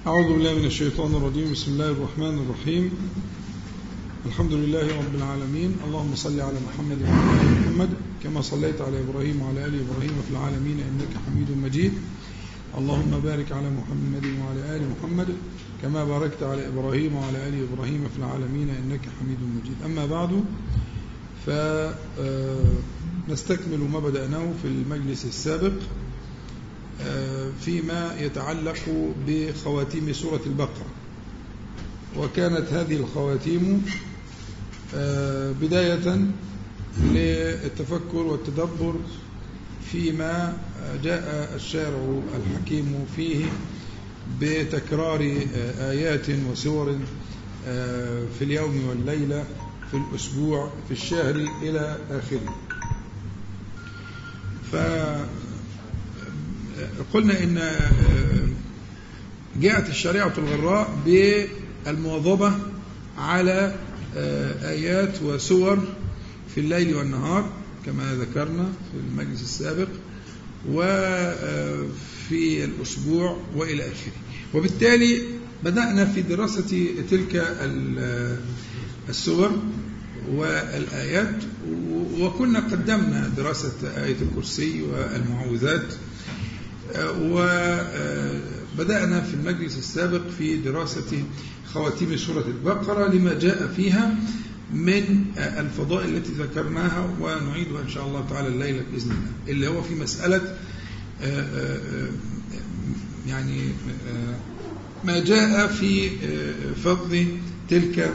أعوذ بالله من الشيطان الرجيم. بسم الله الرحمن الرحيم. الحمد لله رب العالمين. اللهم صل على محمد وعلى آل محمد كما صليت على إبراهيم وعلى آل إبراهيم في العالمين إنك حميد مجيد. اللهم بارك على محمد وعلى آل محمد كما باركت على إبراهيم وعلى آل إبراهيم في العالمين إنك حميد مجيد. أما بعد، فنستكمل ما بدأناه في المجلس السابق فيما يتعلق بخواتيم سورة البقرة. وكانت هذه الخواتيم بداية للتفكر والتدبر فيما جاء الشارع الحكيم فيه بتكرار آيات وسور في اليوم والليلة، في الأسبوع، في الشهر إلى آخره. فقلنا إن جاءت الشريعة الغراء بالمواظبة على آيات وسور في الليل والنهار كما ذكرنا في المجلس السابق، وفي الأسبوع وإلى آخره. وبالتالي بدأنا في دراسة تلك السور والآيات، وكنا قدمنا دراسة آية الكرسي والمعوذات، وبدأنا في المجلس السابق في دراسة خواتيم سورة البقرة لما جاء فيها من الفضائل التي ذكرناها، ونعيدها إن شاء الله تعالى الليلة بإذن الله، اللي هو في مسألة يعني ما جاء في فضل تلك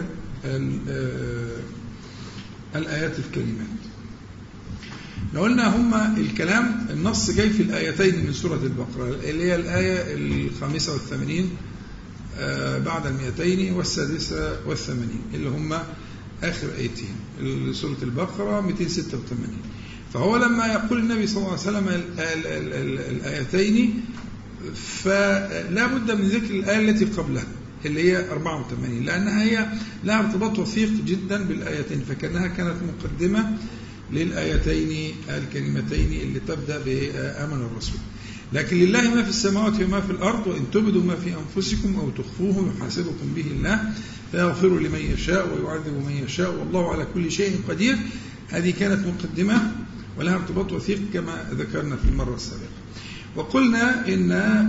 الآيات الكريمات. لو قلنا هما الكلام النص جاي في الآيتين من سورة البقرة، اللي هي الآية 85 بعد 200 والسادسة 80، اللي هما آخر آيتين سورة البقرة 286. فهو لما يقول النبي صلى الله عليه وسلم الآيتين، فلا بد من ذكر الآية التي قبلها اللي هي 84، لأنها هي لها ارتباط وثيق جدا بالآيتين، فكأنها كانت مقدمة للآيتين الكريمتين اللي تبدأ بآمن الرسول. لكن لله ما في السماوات وما في الأرض، وإن تبدوا ما في أنفسكم أو تخفوه يحاسبكم به الله فيغفر لمن يشاء ويعذب من يشاء والله على كل شيء قدير. هذه كانت مقدمة ولها ارتباط وثيق كما ذكرنا في المرة السابقة. وقلنا إن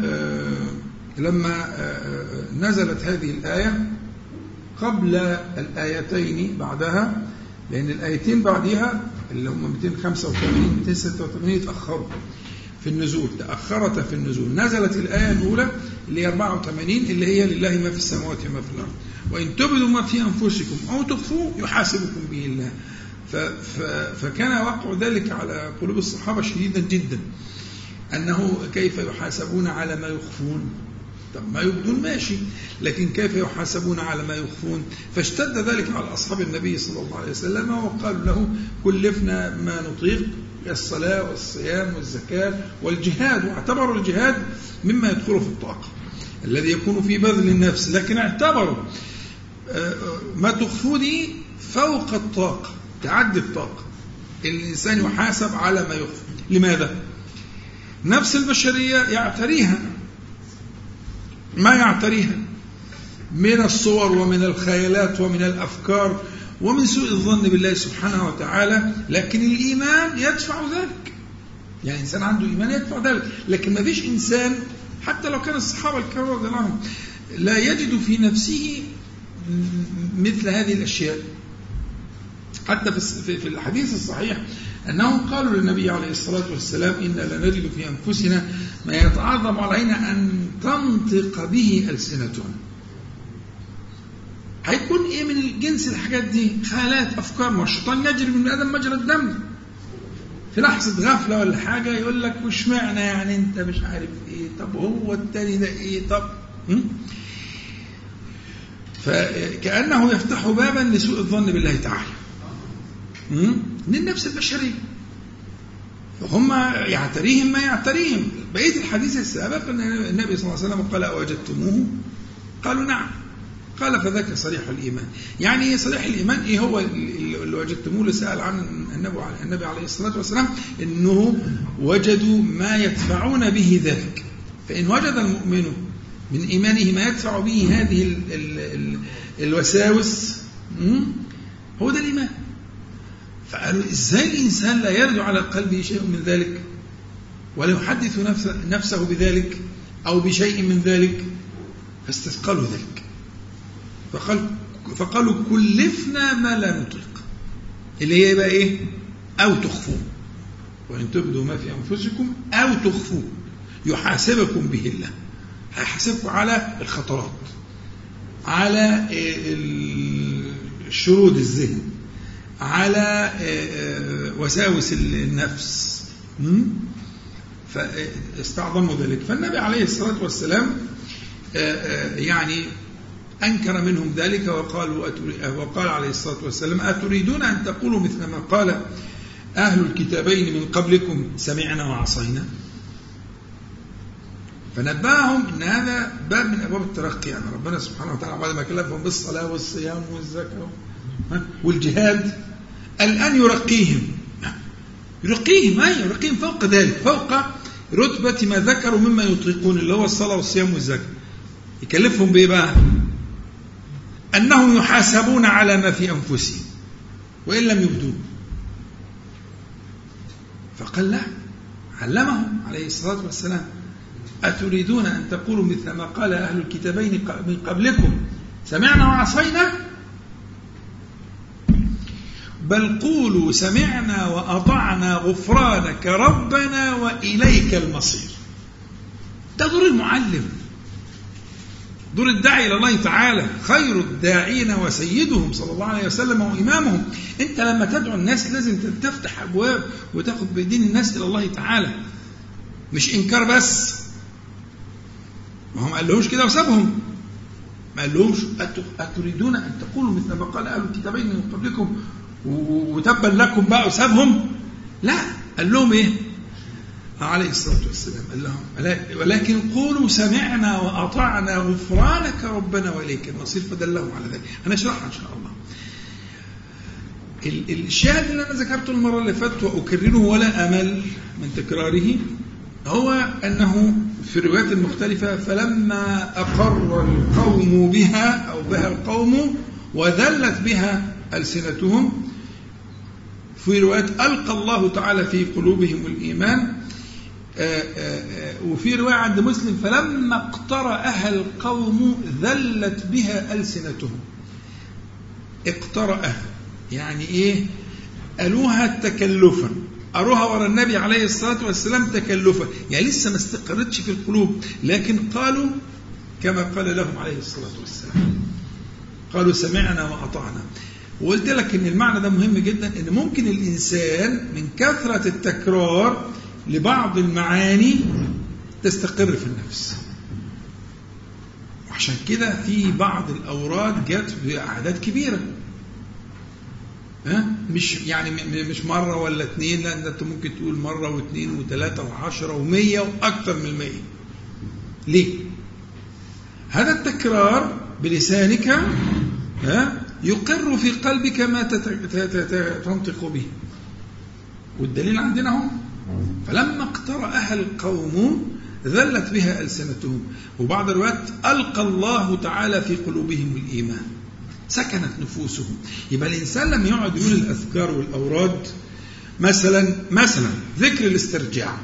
لما نزلت هذه الآية قبل الآيتين بعدها، لأن الآيتين بعدها اللي هم 285 286 تأخروا في النزول، تأخرت في النزول. نزلت الآية الأولى اللي هي 84 اللي هي لله ما في السماوات وما في الأرض، وإن تبدوا ما في أنفسكم أو تخفوه يحاسبكم به الله. فكان وقع ذلك على قلوب الصحابة شديدا جدا، أنه كيف يحاسبون على ما يخفون؟ طب ما يبدون ماشي، لكن كيف يحاسبون على ما يخفون؟ فاشتد ذلك على أصحاب النبي صلى الله عليه وسلم، وقالوا له كلفنا ما نطيق، الصلاة والصيام والزكاة والجهاد، واعتبروا الجهاد مما يدخل في الطاقة الذي يكون في بذل النفس، لكن اعتبروا ما تخفوا دي فوق الطاقة، تعدي الطاقة، الإنسان يحاسب على ما يخفى. لماذا؟ نفس البشرية يعتريها ما يعتريها من الصور ومن الخيالات ومن الأفكار ومن سوء الظن بالله سبحانه وتعالى، لكن الإيمان يدفع ذلك. يعني إنسان عنده إيمان يدفع ذلك، لكن ما فيش إنسان حتى لو كان الصحابة الكرام رضي الله عنهم لا يجد في نفسه مثل هذه الأشياء. حتى في الحديث الصحيح أنهم قالوا للنبي عليه الصلاة والسلام إن لنجد في أنفسنا ما يتعظم علينا أن تنطق به ألسنتنا. هيكون إيه من الجنس الحاجات دي؟ خيالات، أفكار. ما الشيطان يجري من آدم مجرى الدم، في لحظة غفلة ولا حاجة يقول لك وش معنى يعني أنت مش عارف إيه، طب هو التاني ده إيه، طب فكأنه يفتح بابا لسوء الظن بالله تعالى من نفس البشرية، فهم يعتريهم ما يعتريهم. بقية الحديث السابق أن النبي صلى الله عليه وسلم قال أوجدتموه؟ قالوا نعم. قال فذاك صريح الإيمان. يعني إيه صريح الإيمان؟ إيه هو اللي وجدتموه اللي سأل عن النبي عليه الصلاة والسلام؟ إنه وجدوا ما يدفعون به ذلك. فإن وجد المؤمن من إيمانه ما يدفع به هذه الوساوس، هو ده الإيمان. فقالوا إزاي الإنسان لا يرد على قلبه شيء من ذلك ولا يحدث نفسه بذلك أو بشيء من ذلك، فاستثقلوا ذلك فقالوا كلفنا ما لا نطيق، اللي هي بقى إيه؟ أو تخفوه، وإن تبدوا ما في أنفسكم أو تخفوه يحاسبكم به الله، هيحاسبكم على الخطرات، على شرود الذهن، على وساوس النفس، فاستعظموا ذلك. فالنبي عليه الصلاة والسلام يعني أنكر منهم ذلك وقال عليه الصلاة والسلام أتريدون أن تقولوا مثل ما قال أهل الكتابين من قبلكم سمعنا وعصينا؟ فنبههم أن هذا باب من أبواب الترقي. يعني ربنا سبحانه وتعالى بعد ما كلفهم بالصلاة والصيام والزكاة والجهاد الآن يرقيهم فوق ذلك، فوق رتبة ما ذكروا مما يطيقون اللي هو الصلاة والصيام والزكاة. يكلفهم بإيه بقى؟ أنهم يحاسبون على ما في أنفسهم وإن لم يبدوا. فقال لا، علمهم عليه الصلاة والسلام أتريدون أن تقولوا مثل ما قال أهل الكتابين من قبلكم سمعنا وعصينا؟ بل قولوا سمعنا وأطعنا غفرانك ربنا وإليك المصير. ده دور المعلم، دور الداعي إلى الله تعالى، خير الداعين وسيدهم صلى الله عليه وسلم وإمامهم. أنت لما تدعو الناس لازم تفتح أبواب وتاخد بيدين الناس إلى الله تعالى، مش إنكار بس. ما هم قال لهمش كده وسابهم، ما قال لهمش أتريدون أن تقولوا مثل ما قال أهل الكتابين من قبلكم وتبا لكم بقى وسابهم؟ لا، قال لهم إيه عليه الصلاة والسلام؟ قال لهم ولكن قولوا سمعنا وأطعنا غفرانك ربنا وإليك المصير، فدلهم على ذلك. أنا أشرحها إن شاء الله. الشاهد اللي أنا ذكرته المرة اللي فاتت وأكرره ولا أمل من تكراره هو أنه في الروايات المختلفة فلما أقر القوم بها أو بها القوم وذلت بها ألسنتهم، في رواية ألقى الله تعالى في قلوبهم الإيمان، وفي رواية عند مسلم فلما اقترأها القوم ذلت بها ألسنتهم. اقترأها يعني إيه؟ قالوها تكلفا، قروها ورا النبي عليه الصلاة والسلام تكلفا، يعني لسه ما استقرتش في القلوب، لكن قالوا كما قال لهم عليه الصلاة والسلام، قالوا سمعنا وأطعنا. وقلت لك إن المعنى ده مهم جدا، إن ممكن الإنسان من كثرة التكرار لبعض المعاني تستقر في النفس، وعشان كده في بعض الأوراد جت بأعداد كبيرة، مش يعني مش مرة ولا اتنين، لا، أنت ممكن تقول مرة واثنين وثلاثة وعشرة ومية وأكثر من 100. ليه؟ هذا التكرار بلسانك يقر في قلبك ما تنطق به، والدليل عندنا هم فلما اقترأها القوم ذلت بها ألسنتهم. وبعض الروايات ألقى الله تعالى في قلوبهم الإيمان سكنت نفوسهم. يبقى الإنسان لما يقعد يقول الأذكار والأوراد، مثلا ذكر الاسترجاع،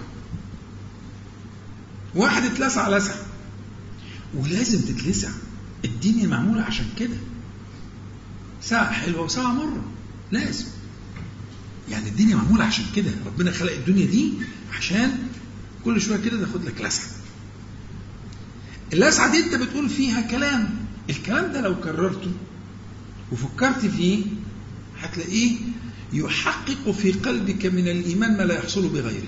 واحد اتلسع لسع، ولازم تتلسع، الدنيا معمولة عشان كده، ساعة حلوة وساعة مرة، لازم، يعني الدنيا معمولة عشان كده، ربنا خلق الدنيا دي عشان كل شوية كده تاخد لك لسعة. اللسعة دي انت بتقول فيها كلام، الكلام ده لو كررته وفكرت فيه هتلاقيه يحقق في قلبك من الإيمان ما لا يحصل بغيره،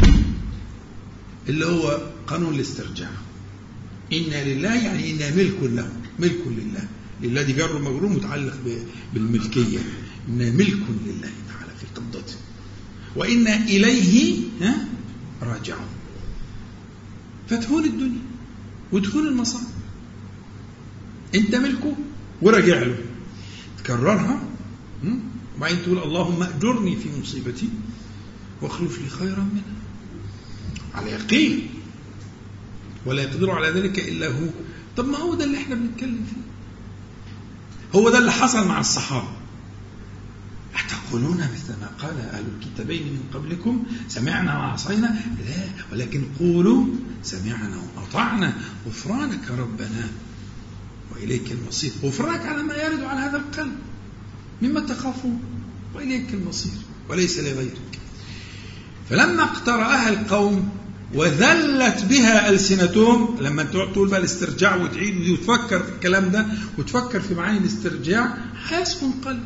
اللي هو قانون الاسترجاع. إنا لله يعني إنا ملك له، ملك لله، لله دي جر مجرور متعلق بالملكية، إنا ملك لله تعالى في قبضته، وإنا إليه راجعون. فتهون الدنيا وتهون المصائب، أنت ملكه وراجع له، تكررها وبعدين تقول اللهم أجرني في مصيبتي واخلف لي خيرا منها، على يقين، ولا يقدر على ذلك إلا هو طب ما هو ده اللي احنا بنتكلم فيه، هو ده اللي حصل مع الصحابة. أتقولون مثل ما قال أهل الكتابين من قبلكم سمعنا وعصينا؟ لا، ولكن قولوا سمعنا وأطعنا غفرانك ربنا وإليك المصير. غفرانك على ما يرد على هذا القلب مما تخافون، وإليك المصير وليس لغيرك. فلما اقترأها القوم وذلت بها ألسنتهم، لما تقول بقى الاسترجاع وتعيد وتفكر في الكلام ده وتفكر في معاني الاسترجاع، هيسكن قلبك،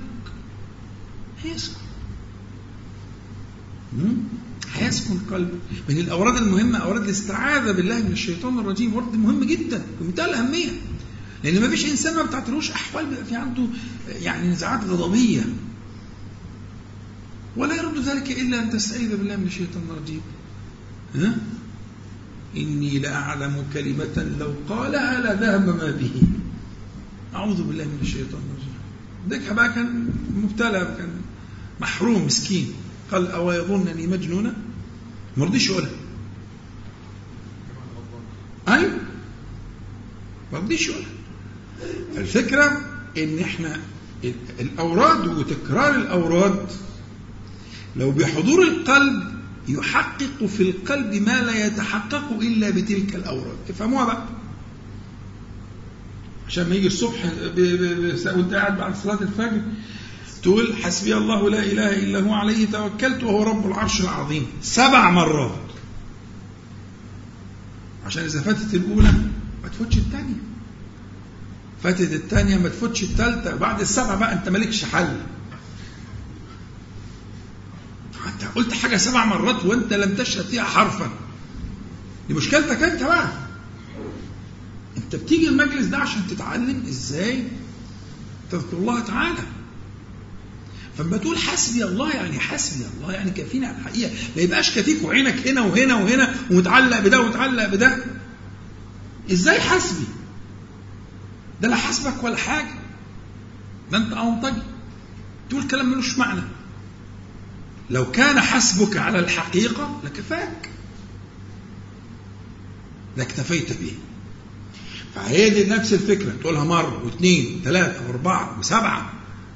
هيسكن قلبك. من الأوراد المهمة أوراد الاستعاذة بالله من الشيطان الرجيم، ورد مهم جدا بمنتهى الأهمية، لأن ما فيش إنسان ما بتعتلوش أحوال بيبقى في عنده يعني نزعات غضبية، ولا يرد ذلك إلا أن تستعيذ بالله من الشيطان الرجيم. إني لأعلم كلمة لو قالها لذهب ما به، أعوذ بالله من الشيطان الرجيم. ذاك بقى كان مبتلى، كان محروم مسكين، قال أو يظنني مجنونا، ما رضيش يقولها. أيوة، ما رضيش يقولها. الفكرة إن إحنا الأوراد وتكرار الأوراد لو بحضور القلب يحقق في القلب ما لا يتحقق إلا بتلك الأوراد. افهموها بقى، عشان ما يجي الصبح وانت قاعد بعد صلاة الفجر تقول حسبي الله لا إله إلا هو عليه توكلت وهو رب العرش العظيم 7 مرات، عشان إذا فاتت الأولى ما تفوتش الثانية، فاتت الثانية ما تفوتش الثالثة، بعد 7 بقى أنت مالكش حل. أنت قلت حاجة 7 مرات وأنت لم تشهد فيها حرفا، دي مشكلتك أنت بقى. أنت بتيجي المجلس ده عشان تتعلم إزاي تذكر الله تعالى. فلما تقول حسبي الله يعني حسبي الله يعني كافيني على الحقيقة، ما يبقاش كافيك وعينك هنا وهنا وهنا ومتعلق بده ومتعلق بده. إزاي حسبي؟ ده لا حسبك ولا حاجة، ده أنت أنطجي تقول كلام ملوش معنى. لو كان حسبك على الحقيقة لكفاك، لاكتفيت به. فهي دي نفس الفكرة، تقولها مرة واثنين وثلاثة واربعة وسبعة،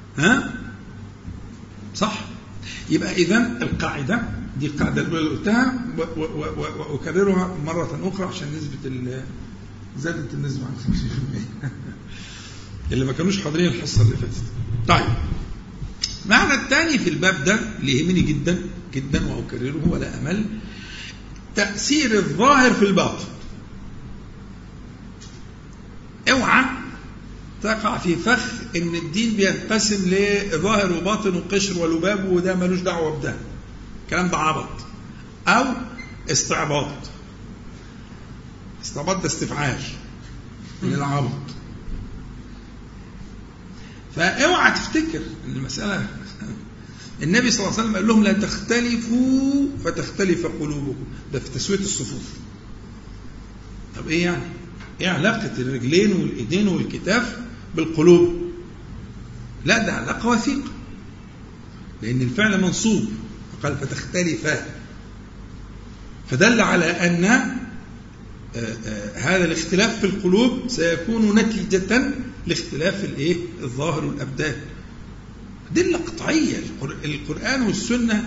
صح؟ يبقى إذن القاعدة دي القاعدة اللي قلتها وأكررها مرة أخرى عشان نسبة زادت النسبة عن 50% اللي ما كانوش حاضرين الحصة اللي فاتت. طيب، معنى الثاني في الباب ده اللي يهمني جدا جدا وأكرره ولا أمل، تأثير الظاهر في الباطن. اوعى تقع في فخ ان الدين بينقسم لظاهر وباطن وقشر ولباب وده ملوش دعوه بده، الكلام ده عبط او استعباط. استعباط ده استفعال من العبط. فاوعى تفتكر ان المساله النبي صلى الله عليه وسلم قال لهم لا تختلفوا فتختلف قلوبكم، ده في تسويه الصفوف. طب ايه يعني؟ ايه علاقه الرجلين والايدين والكتاف بالقلوب؟ لا، ده علاقه وثيقه، لان الفعل منصوب قال فتختلفا، فدل على ان هذا الاختلاف في القلوب سيكون نتيجه لاختلاف الظاهر والابدان. دلة قطعيه. القرآن والسنه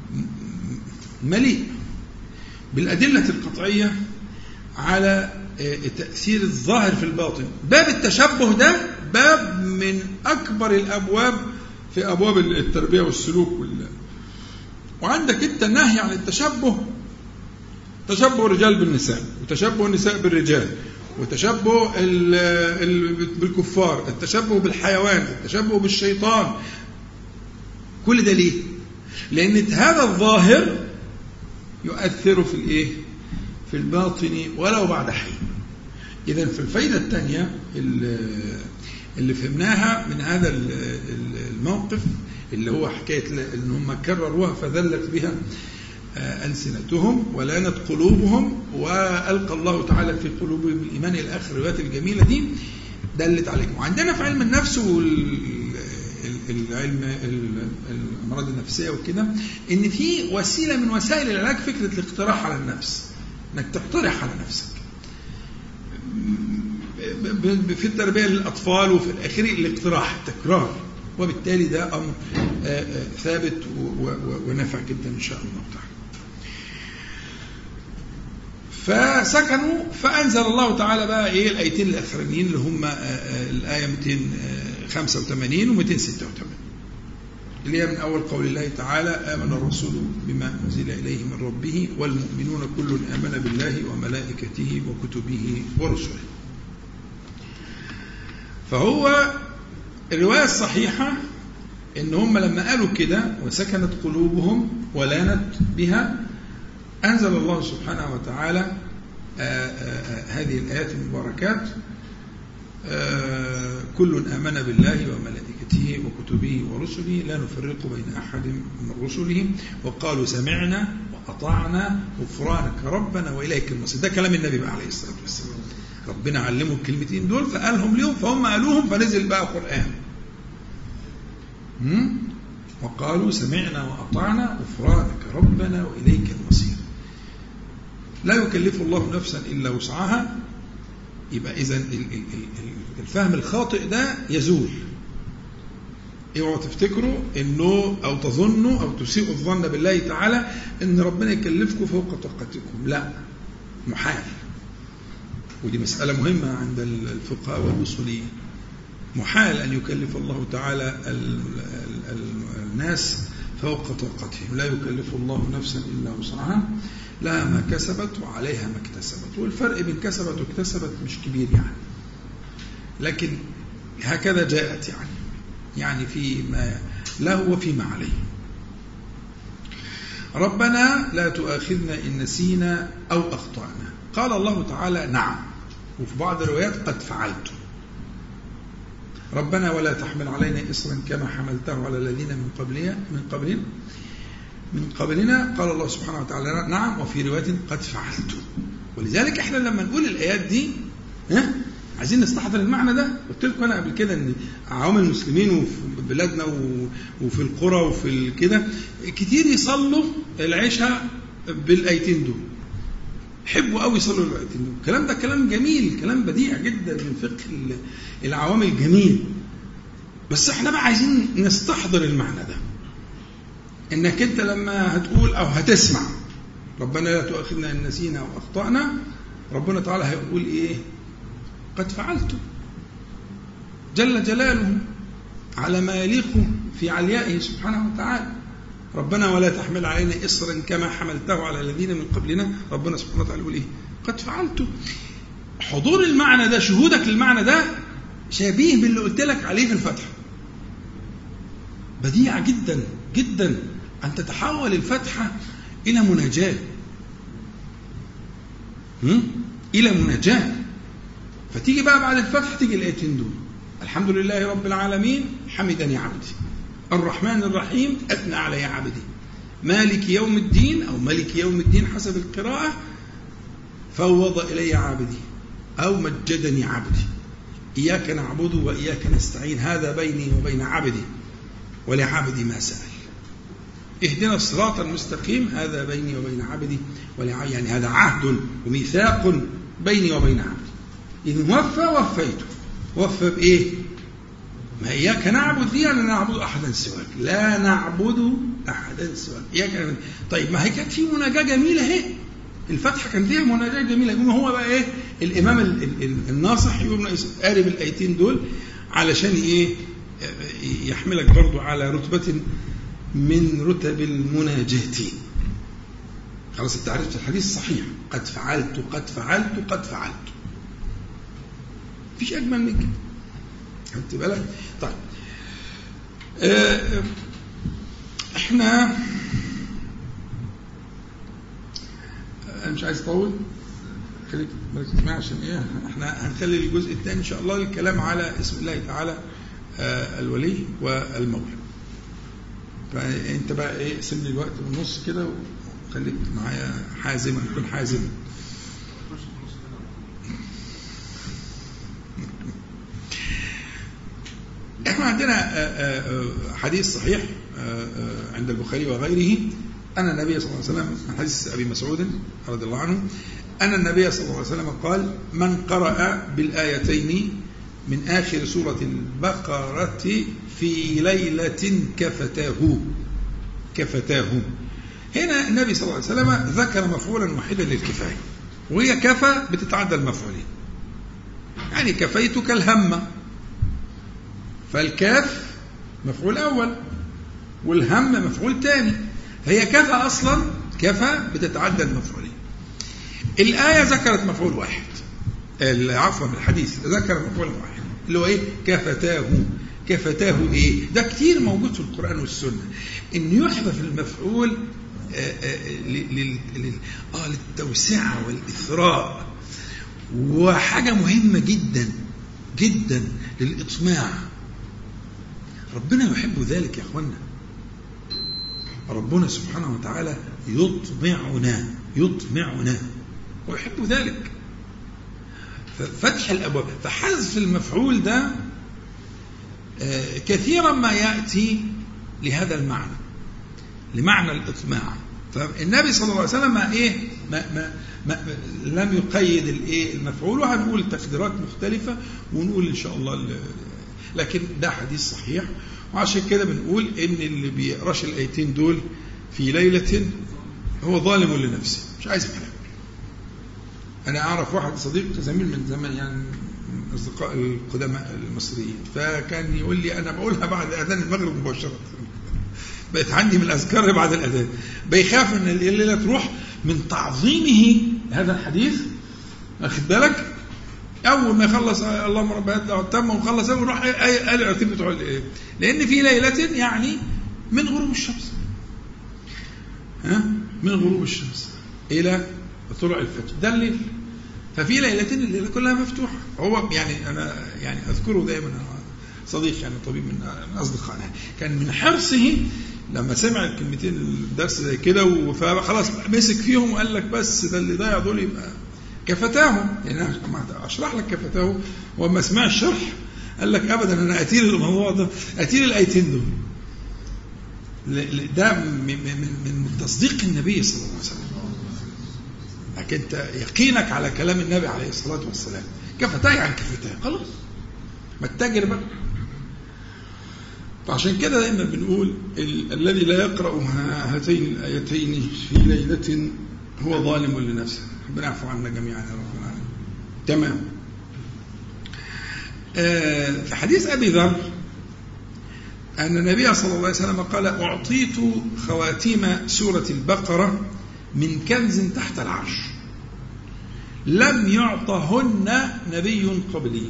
مليء بالادله القطعيه على تأثير الظاهر في الباطن. باب التشبه ده باب من أكبر الأبواب في أبواب التربية والسلوك وعندك أنت النهي عن التشبه، تشبه الرجال بالنساء، وتشبه النساء بالرجال، وتشبه بالكفار، التشبه بالحيوان، التشبه بالشيطان. كل ده ليه؟ لأن هذا الظاهر يؤثر في الباطن ولو بعد حين. إذن في الفائدة الثانية اللي فهمناها من هذا الموقف اللي هو حكاية أنهم كرروها فذلت بها ألسنتهم ولانت قلوبهم وألقى الله تعالى في قلوبهم الإيمان إلى آخر الروايات الجميلة دي دلت عليكم. وعندنا في علم النفس والعلم الأمراض النفسية وكده إن في وسيلة من وسائل العلاج فكرة الاقتراح على النفس، انك تقترح على نفسك. في التربية للأطفال وفي الآخر الاقتراح التكرار، وبالتالي ده أمر ثابت ونافع جدا إن شاء الله تعالى. فسكنوا، فأنزل الله تعالى بقى إيه الآيتين الأخرانيين اللي هم الآية 285 و 286 اللي هي من أول قول الله تعالى: آمن الرسول بما أنزل إليه من ربه والمؤمنون كل آمن بالله وملائكته وكتبه ورسله. فهو الرواية الصحيحة إن هم لما قالوا كده وسكنت قلوبهم ولانت بها، أنزل الله سبحانه وتعالى هذه الآيات المباركات: كل آمن بالله وملائكته وكتبه ورسله لا نفرق بين أحد من رسله وقالوا سمعنا وأطعنا غفرانك ربنا وإليك المصير. ده كلام النبي بقى عليه الصلاة والسلام، ربنا علمه الكلمتين دول فقالهم لهم، فهم قالوهم فنزل بقى قرآن. وقالوا سمعنا وأطعنا غفرانك ربنا وإليك المصير. لا يكلف الله نفسا إلا وسعها. يبقى إذن الفهم الخاطئ ده يزول. اوعوا تفتكروا إنه أو تظنوا أو تسيئوا الظن بالله تعالى إن ربنا يكلفكم فوق طاقتكم، لا، محال. ودي مسألة مهمة عند الفقهاء والأصوليين. محال أن يكلف الله تعالى الناس فوق طاقتهم. لا يكلف الله نفسا إلا وسعها، لها ما كسبت وعليها ما اكتسبت. والفرق بين كسبت واكتسبت مش كبير يعني، لكن هكذا جاءت يعني فيما له وفيما عليه. ربنا لا تؤاخذنا إن نسينا أو أخطأنا. قال الله تعالى نعم، وفي بعض الروايات قد فعلت. ربنا ولا تحمل علينا إصرا كما حملته على الذين من قبلنا. قال الله سبحانه وتعالى نعم، وفي رواية قد فعلت. ولذلك احنا لما نقول الآيات دي عايزين نستحضر المعنى ده. قلت لكم أنا قبل كده أن عوام المسلمين وفي بلادنا وفي القرى وفي كده كتير يصلوا العشاء بالآيتين دول، حبوا قوي يصلوا الآيتين دول. الكلام ده كلام جميل، كلام بديع جدا من فقه العوام الجميل. بس احنا بقى عايزين نستحضر المعنى ده، انك انت لما هتقول او هتسمع ربنا لا تؤاخذنا ان نسينا او اخطأنا، ربنا تعالى هيقول ايه؟ قد فعلت، جل جلاله على ما يليق في عليائه سبحانه وتعالى. ربنا ولا تحمل علينا إصرا كما حملته على الذين من قبلنا. ربنا سبحانه وتعالى يقول ايه؟ قد فعلت. حضور المعنى ده، شهودك للمعنى ده شبيه باللي قلت لك عليه في الفتح. بديع جدا جدا أن تتحول الفتحة إلى مناجاة، إلى مناجاة. فتيجي بقى بعد الفتح تيجي الآيتين دول: الحمد لله رب العالمين حمدني عبدي، الرحمن الرحيم أثنى علي عبدي، مالك يوم الدين أو ملك يوم الدين حسب القراءة فوض إلي عبدي أو مجدني عبدي، إياك نعبد وإياك نستعين، هذا بيني وبين عبدي ولعبدي ما سأل، اهدنا الصراط المستقيم، هذا بيني وبين عبدي يعني هذا عهد وميثاق بيني وبين عبدي. إذن وفيته. وفى بإيه؟ ما إياك نعبد دي أنا نعبد أحدا سواك، لا نعبد أحدا سواك، إياك. طيب ما هي كانت في مناجاة جميلة هي، الفتحة كان فيها مناجاة جميلة. يقوم هو بقى إيه؟ الإمام الناصح يقوم قارب الآيتين دول علشان إيه؟ يحملك برضو على رتبة من رتب المناجاة. خلاص انت عرفت الحديث صحيح، قد فعلت قد فعلت قد فعلت، مفيش أجمل من كده. خدت بالك؟ طيب احنا انا مش عايز اطول، خليك مركز معايا عشان ايه، احنا هنخلي الجزء الثاني ان شاء الله الكلام على اسم الله تعالى الولي والمولى. فانت بقى ايه، سيب لي الوقت بالنص كده وخليك معايا حازما، كن حازما. احنا عندنا حديث صحيح عند البخاري وغيره أن النبي صلى الله عليه وسلم، حديث أبي مسعود رضي الله عنه، أن النبي صلى الله عليه وسلم قال: من قرأ بالآيتين من آخر سورة البقرة في ليلة كفتاه. هنا النبي صلى الله عليه وسلم ذكر مفعولا واحدا للكفاية، وهي كفى بتتعدى المفعولين. يعني كفيتك الهم، فالكاف مفعول أول والهم مفعول ثاني، فهي كفى أصلا، كفى بتتعدى المفعولين. الآية ذكرت مفعول واحد، عفوا الحديث ذكر مفعول واحد اللي هو إيه؟ كفتاه إيه؟ ده كتير موجود في القرآن والسنة، إن يحذف المفعول للتوسعة والإثراء، وحاجة مهمة جدا جدا للإطماع. ربنا يحب ذلك يا أخوانا. ربنا سبحانه وتعالى يطمعنا ويحب ذلك. فتح الأبواب، فحذف المفعول ده كثيرا ما يأتي لهذا المعنى، لمعنى الإطماع. فالنبي صلى الله عليه وسلم لم يقيد المفعول، وهنقول تقديرات مختلفة ونقول إن شاء الله، لكن ده حديث صحيح. وعشان كده بنقول إن اللي بيقراش الآيتين دول في ليلة هو ظالم لنفسه، مش عايز كلام. أنا أعرف واحد صديق زميل من زمان، يعني من أصدقاء القدماء المصريين، فكان يقول لي أنا بقولها بعد أذان المغرب مباشرة، بقت عندي من الأذكار بعد الأذان. بيخاف أن الليلة تروح من تعظيمه هذا الحديث، أخذ بالك؟ أول ما يخلص اللهم رب هذا والتم وخلص يروح قال العتيب بتوع لأن في ليلة يعني من غروب الشمس، من غروب الشمس إلى طلوع الفجر، ده الليل. ففي ليلة الليلة كلها مفتوحة. هو يعني أنا يعني أذكره دائما، صديق يعني طبيب من أصدقائنا، كان من حرصه لما سمع الكلمتين الدرس زي كده فخلاص مسك فيهم وقال لك بس ده اللي ضيع دول يبقى كفتاه. يعني أنا أشرح لك كفتاه، وما سمع الشرح قال لك أبدا أنا أتيل الموضوع ده، أتيل الآيتين دول. ده من تصديق النبي صلى الله عليه وسلم، لكن أنت يقينك على كلام النبي عليه الصلاة والسلام. كفتاه يعني كفتاه، خلاص ما تتاجر بقى. فعشان كده دائما بنقول الذي لا يقرأ هاتين الآيتين في ليلة هو ظالم لنفسه. ربنا يعفو عنا جميعا يا رب العالمين. تمام. في حديث أبي ذر أن النبي صلى الله عليه وسلم قال: أعطيت خواتيم سورة البقرة من كنز تحت العرش لم يعطهن نبي قبلي.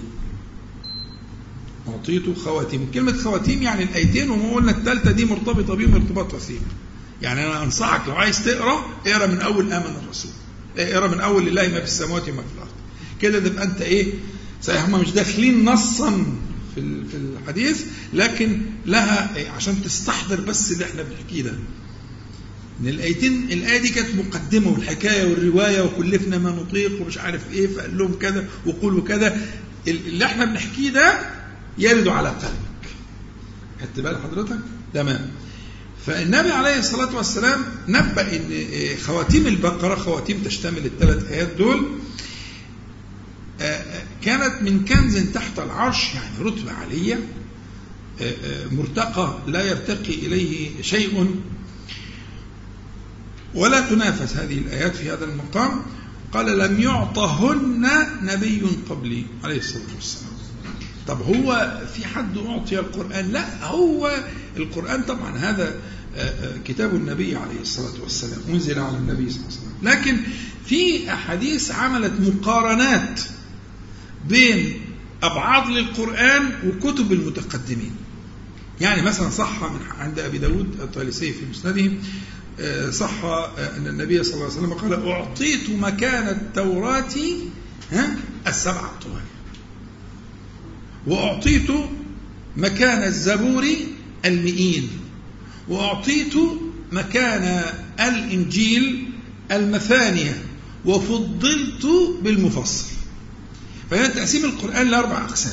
أعطيت خواتيم، كلمة خواتيم يعني الآيتين، وما قلنا الثالثة دي مرتبطة بهم ارتباط وثيق. يعني أنا أنصحك لو عايز اقرأ من أول آمن الرسول، اقرأ من أول لله ما في السماوات وما في الأرض، كده تبقى أنت صحيح هم مش داخلين نصا في الحديث، لكن لها عشان تستحضر بس اللي احنا بنحكيه ده. إن الآية دي كانت مقدمة والحكاية والرواية وكلفنا ما نطيق ومش عارف فقال لهم كذا وقولوا كذا. اللي احنا بنحكيه ده يرد على قلبك. خدت بال حضرتك؟ تمام. فالنبي عليه الصلاة والسلام نبأ إن خواتيم البقرة، خواتيم تشتمل الثلاث آيات دول، كانت من كنز تحت العرش، يعني رتبة عالية، مرتقى لا يرتقي إليه شيء، ولا تنافس هذه الآيات في هذا المقام. قال: لم يعطهن نبي قبلي عليه الصلاة والسلام. طب هو في حد أعطي القرآن؟ لا، هو القرآن طبعا هذا كتاب النبي عليه الصلاة والسلام، أنزل على النبي صلى الله عليه وسلم، لكن في أحاديث عملت مقارنات بين أبعاد للقرآن وكتب المتقدمين. يعني مثلا صح عند أبي داود الطيالسي في مسنده، صح أن النبي صلى الله عليه وسلم قال: أعطيت مكان التوراة 7 طوال، وأعطيت مكان الزبور 100، وأعطيت مكان الإنجيل 8، وفضلت بالمفصل. فهنا تقسيم القرآن ل4 أقسام،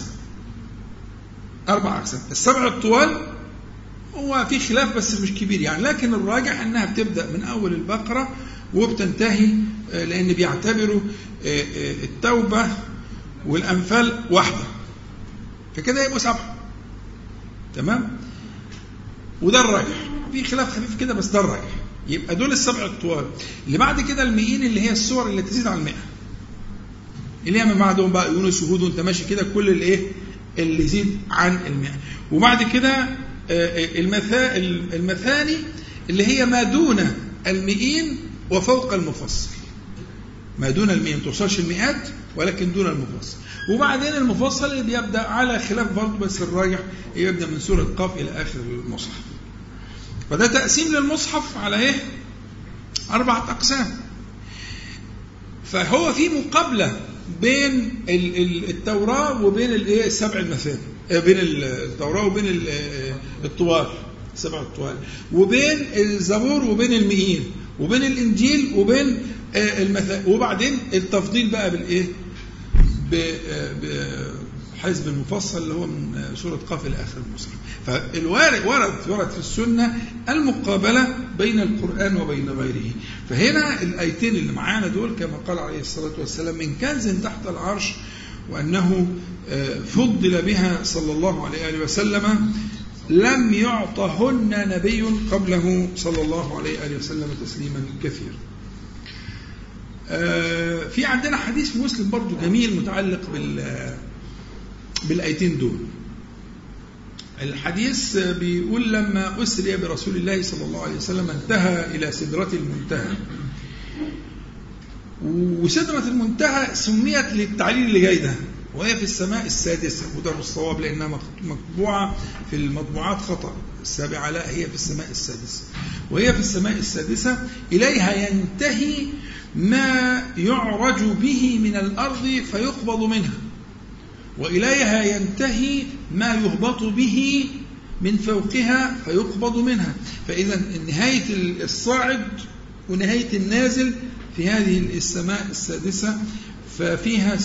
4 أقسام. 7 الطوال هو في خلاف بس مش كبير يعني، لكن الراجح أنها بتبدأ من أول البقرة وبتنتهي، لأن بيعتبروا التوبة والأنفال واحدة، فكده يبقوا 7. تمام؟ وده الراجح، في خلاف خفيف كده بس ده الراجح. يبقى دول ال7 الطوال. اللي بعد كده المئين، اللي هي السور اللي تزيد على 100، اللي هي من بعدهم بقى يونس وهود وانت ماشي كده، كل اللي يزيد عن 100. وبعد كده المثاني اللي هي ما دون المئين وفوق المفصل. ما دون المئين، توصلش المئات ولكن دون المفصل. وبعدين المفصل اللي بيبدأ على خلاف برضه، بس الراجح يبدأ من سورة قاف إلى آخر المصحف. فده تقسيم للمصحف على 4 أقسام. فهو في مقابلة بين التوراة وبين ال7 المثاني، بين التوراة وبين الطوال، 7 الطوال، وبين الزبور وبين المئين، وبين الإنجيل وبين المثاني. وبعدين التفضيل بقى بحزب المفصل اللي هو من سورة قاف إلى آخر المصحف. ورد في السنة المقابلة بين القرآن وبين غيره. فهنا الآيتين اللي معانا دول كما قال عليه الصلاة والسلام من كنز تحت العرش، وأنه فضل بها صلى الله عليه وسلم، لم يعطهن نبي قبله صلى الله عليه وسلم تسليما كثيرا. في عندنا حديث في مسلم برضو جميل متعلق بالآيتين دول. الحديث بيقول لما أسري برسول الله صلى الله عليه وسلم انتهى إلى سدرة المنتهى. وسدرة المنتهى سميت للتعليل اللي جاي ده، وهي في السماء السادسة، وده الصواب لأنها مطبوعة في المطبوعات خطأ، 7 لا، هي في السماء السادسة. وهي في السماء السادسة إليها ينتهي ما يعرج به من الأرض فيقبض منها، وإليها ينتهي ما يهبط به من فوقها فيقبض منها. فإذا نهاية الصاعد ونهاية النازل في هذه السماء السادسة، ففيها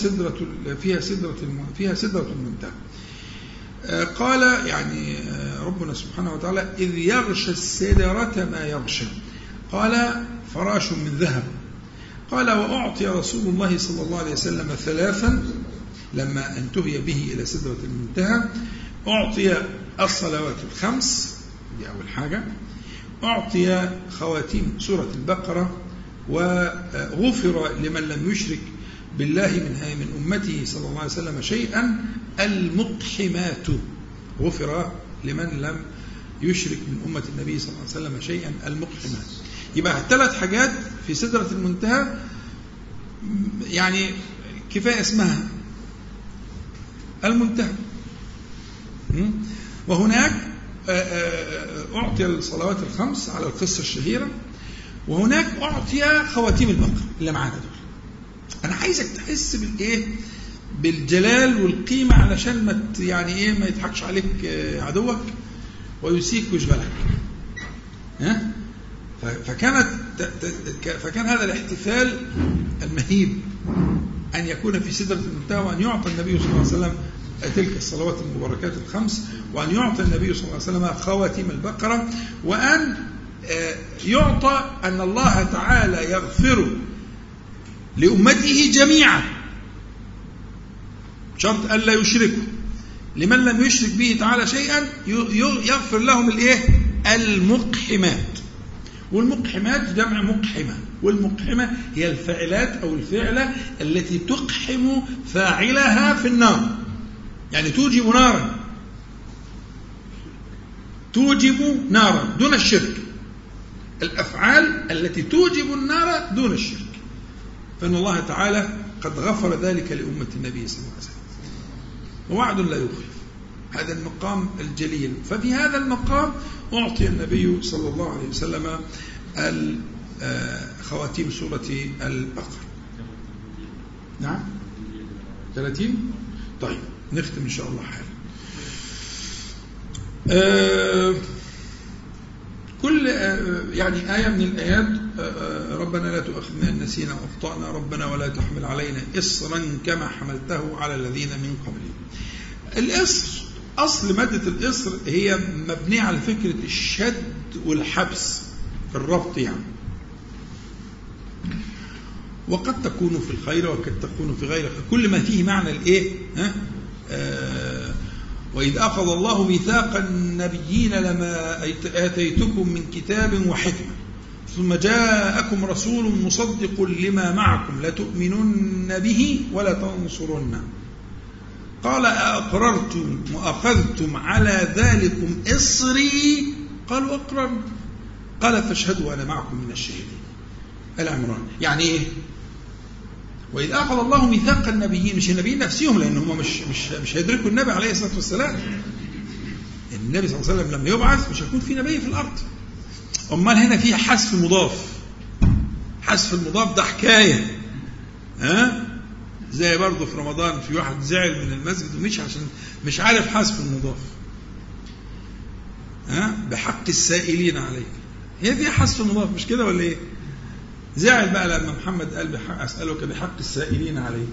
سدرة المنتهى. قال يعني ربنا سبحانه وتعالى إذ يغشى السدرة ما يغشى، قال فراش من ذهب. قال وأعطي رسول الله صلى الله عليه وسلم 3 لما انتهي به إلى سدرة المنتهى. أعطي الصلوات 5، دي أول حاجة. أعطي خواتيم سورة البقرة، وغفر لمن لم يشرك بالله من أمته صلى الله عليه وسلم شيئا المقحمات. غفر لمن لم يشرك من أمة النبي صلى الله عليه وسلم شيئا المقحمات. يبقى 3 حاجات في سدرة المنتهى، يعني كفاية اسمها المنتهى. وهناك أعطي الصلوات 5 على القصة الشهيرة، وهناك أعطي خواتيم البقرة اللي معانا دول. أنا عايزك تحس بالجلال والقيمة علشان ما يضحكش عليك عدوك ويسيك ويشغلك. فكان هذا الاحتفال المهيب أن يكون في سدرة المنتهى، وأن يعطى النبي صلى الله عليه وسلم تلك الصلوات المباركات 5، وأن يعطى النبي صلى الله عليه وسلم خواتيم البقرة، وأن يعطى أن الله تعالى يغفر لأمته جميعا، شرط ألا يشركوا، لمن لم يشرك به تعالى شيئا يغفر لهم المقحمات. والمقحمات جمع مقحمة، والمقحمة هي الفاعلات أو الفعلة التي تقحم فاعلها في النار، يعني توجب نارا دون الشرك. الأفعال التي توجب النار دون الشرك، فإن الله تعالى قد غفر ذلك لأمة النبي صلى الله عليه وسلم، ووعد لا يخلف. هذا المقام الجليل. ففي هذا المقام أعطي النبي صلى الله عليه وسلم خواتيم سورة البقرة. نعم 30. طيب نختم إن شاء الله حالا. كل يعني آية من الآيات ربنا لا تؤاخذنا إن نسينا وأخطأنا، ربنا ولا تحمل علينا إصرا كما حملته على الذين من قبلنا. الإصر، أصل مادة الإصر هي مبنية على فكرة الشد والحبس في الربط، يعني وقد تكون في الخير وقد تكون في غير الخير، كل ما فيه معنى الإيه؟ وإذ أخذ الله ميثاق النبيين لما آتيتكم من كتاب وحكمة ثم جاءكم رسول مصدق لما معكم لتؤمنن به ولا تنصرنه قال أأقررتم وأخذتم على ذلكم إصري قالوا أقررنا قال فاشهدوا أنا معكم من الشهيدين. العمران يعني إيه؟ وإذ أخذ الله ميثاق النبيين، مش النبيين نفسهم، لأن هم مش هيدركوا النبي عليه الصلاة والسلام. النبي صلى الله عليه وسلم لما يبعث مش هيكون في نبي في الأرض. أمال هنا فيها حذف مضاف. حذف المضاف ده حكاية، زي برضه في رمضان في واحد زعل من المسجد ومشي عشان مش عارف حذف المضاف. بحق السائلين عليك، هي فيها حذف المضاف مش كده ولا ايه؟ زعل بقى لما محمد قال أسألك بحق السائلين عليك،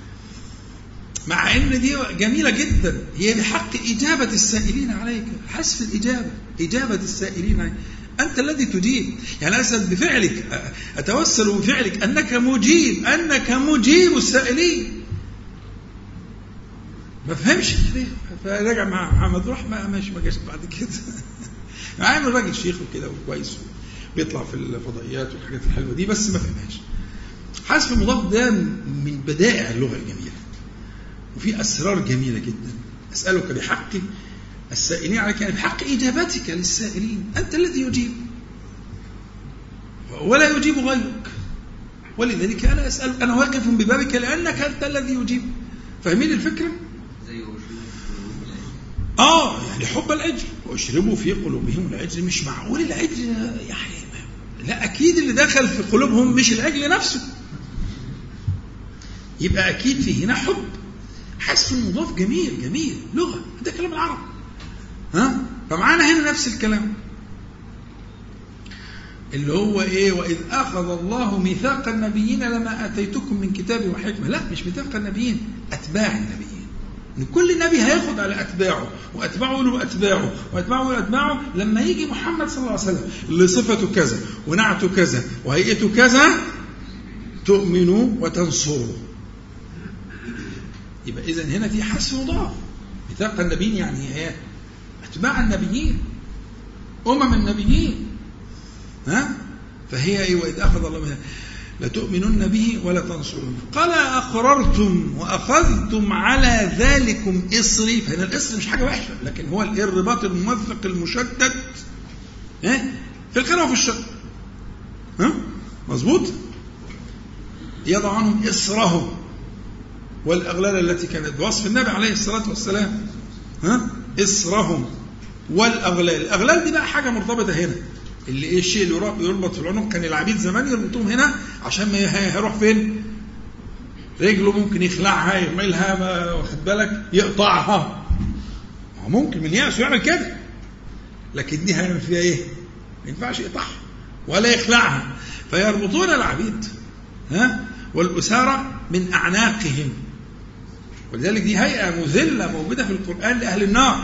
مع ان دي جميلة جدا، هي بحق إجابة السائلين عليك، حذف الإجابة، إجابة السائلين عليك، أنت الذي تجيب. يعني أسأل بفعلك، أتوسل بفعلك أنك مجيب السائلين. ما فهمش كده، فرجع مع محمد روح ما جاش بعد كده. عامل الراجل شيخ وكده وكويس بيطلع في الفضائيات والحاجات الحلوة دي، بس ما فهمهاش. حذف المضاف ده من بدائع اللغة الجميلة، وفي أسرار جميلة جدا. أسألك بحق السائلين عليك، يعني بحق إجابتك للسائلين، أنت الذي يجيب ولا يجيب غيرك، ولذلك أنا أسألك، أنا واقف ببابك لأنك أنت الذي يجيب. فاهمين الفكرة؟ يعني حب العجل واشربوا في قلوبهم العجل. مش معقول العجل يعني، لا أكيد اللي دخل في قلوبهم مش العجل نفسه، يبقى أكيد في هنا حب. حذف المضاف جميل لغة، ده كلام العرب. فمعانا هنا نفس الكلام اللي هو إيه؟ وإذ أخذ الله ميثاق النبيين لما آتيتكم من كتاب وحكمة. لا، مش ميثاق النبيين، أتباع النبيين. إن كل نبي هياخد على أتباعه، وأتباعه له أتباعه، وأتباعه له أتباعه. لما يجي محمد صلى الله عليه وسلم اللي صفته كذا ونعته كذا وهيئته كذا تؤمنوا وتنصروا. يبقى إذن هنا في حذف مضاف. ميثاق النبيين يعني إيه؟ أتباع النبيين، النبيين. فهي إيه؟ وإذ أخذ الله منها لتؤمنن به ولا تنصرون قال أقررتم وأخذتم على ذلكم إصري. فهنا الإصر مش حاجة وحشة، لكن هو الارتباط الموثق المشدد في الخير وفي الشر. مظبوط. يضع عنهم إصرهم والأغلال التي كانت بوصف النبي عليه الصلاة والسلام. إصرهم والأغلال. الأغلال دي بقى حاجة مرتبطة هنا، اللي ايه الشيء اللي يربط في العنق. كان العبيد زمان يربطوهم هنا عشان ما هيروح فين، رجله ممكن يخلعها يعملها، واخد بالك، يقطعها. ممكن من يأسه يعمل كده، لكن دي هيعمل فيها ايه؟ ما ينفعش يقطعها ولا يخلعها. فيربطون العبيد والأسارة من أعناقهم، ولذلك دي هيئة مذلة موجودة في القرآن لأهل النار.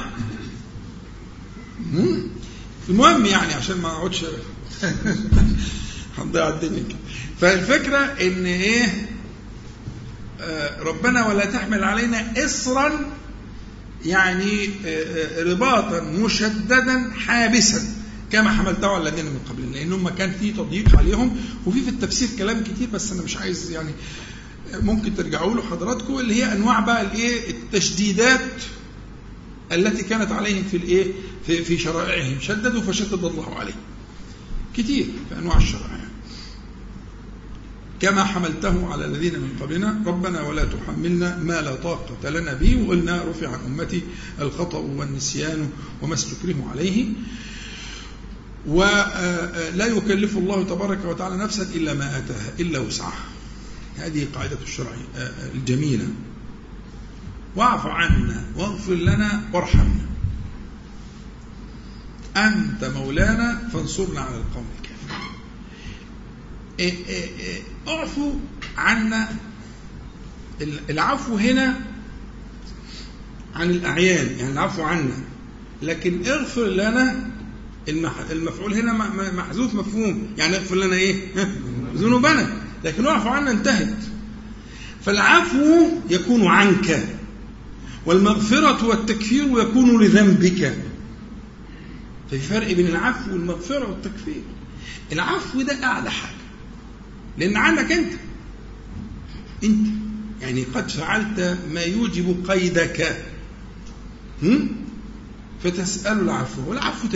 المهم يعني عشان ما اقعدش هنضيع الدنيا كده. فالفكرة ان ايه؟ ربنا ولا تحمل علينا إصرا، يعني رباطا مشددا حابسا كما حملته على الذين من قبلنا، لانهم ما كان في تضييق عليهم. وفي التفسير كلام كتير، بس انا مش عايز يعني، ممكن ترجعوا له حضراتكم، اللي هي انواع بقى الايه؟ التشديدات التي كانت عليهم في الايه؟ في شرائعهم. شددوا فشدد الله عليهم كتير في انواع الشرائع، كما حملته على الذين من قبلنا ربنا ولا تحملنا ما لا طاقة لنا به. وقلنا رفع عن أمتي الخطأ والنسيان وما استكرهوا عليه، ولا يكلف الله تبارك وتعالى نفسا إلا ما آتاها إلا وسعها. هذه قاعدة الشرع الجميلة. واعف عنا واغفر لنا وارحمنا، أنت مولانا فانصرنا على القوم الكافرين. اعفو عنا. العفو هنا عن الأعيان، يعني العفو عنا، لكن اغفر لنا المفعول هنا محذوف مفهوم، يعني اغفر لنا ايه؟ ذنوبنا. لكن اعفو عنا انتهت. فالعفو يكون عنك، والمغفرة والتكفير يكون لذنبك. ففي فرق بين العفو والمغفرة والتكفير. العفو ده أعلى حاجة، لأن عنك أنت يعني قد فعلت ما يوجب قيدك، فتسأل العفو. والعفو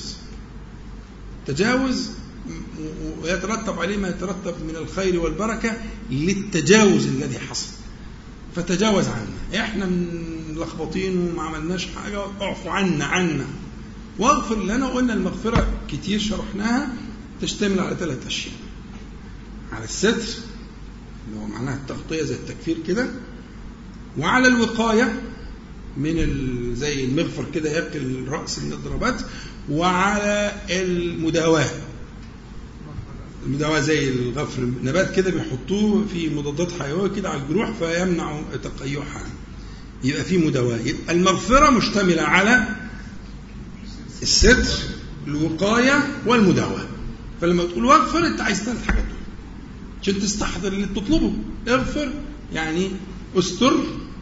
تجاوز ويترتب عليه ما يترتب من الخير والبركة للتجاوز الذي حصل، فتجاوز عنا. احنا ملخبطين وما عملناش حاجة، اعفو عنا واغفر لنا. قلنا المغفرة كتير شرحناها، تشتمل على 3 أشياء: على الستر اللي هو معناها التغطية زي التكفير كده، وعلى الوقاية من زي المغفر كده يقي الرأس من الضربات، وعلى المداواة زي الغفر، نبات كده بيحطوه في مضادات حيوية كده على الجروح فيمنع تقيحها، يبقى في مداواة. يبقى المغفرة مشتملة على الستر، الوقاية، والمداواة. فلما تقول واغفر انت عايز 3 حاجات دول عشان تستحضر اللي تطلبه. اغفر يعني استر،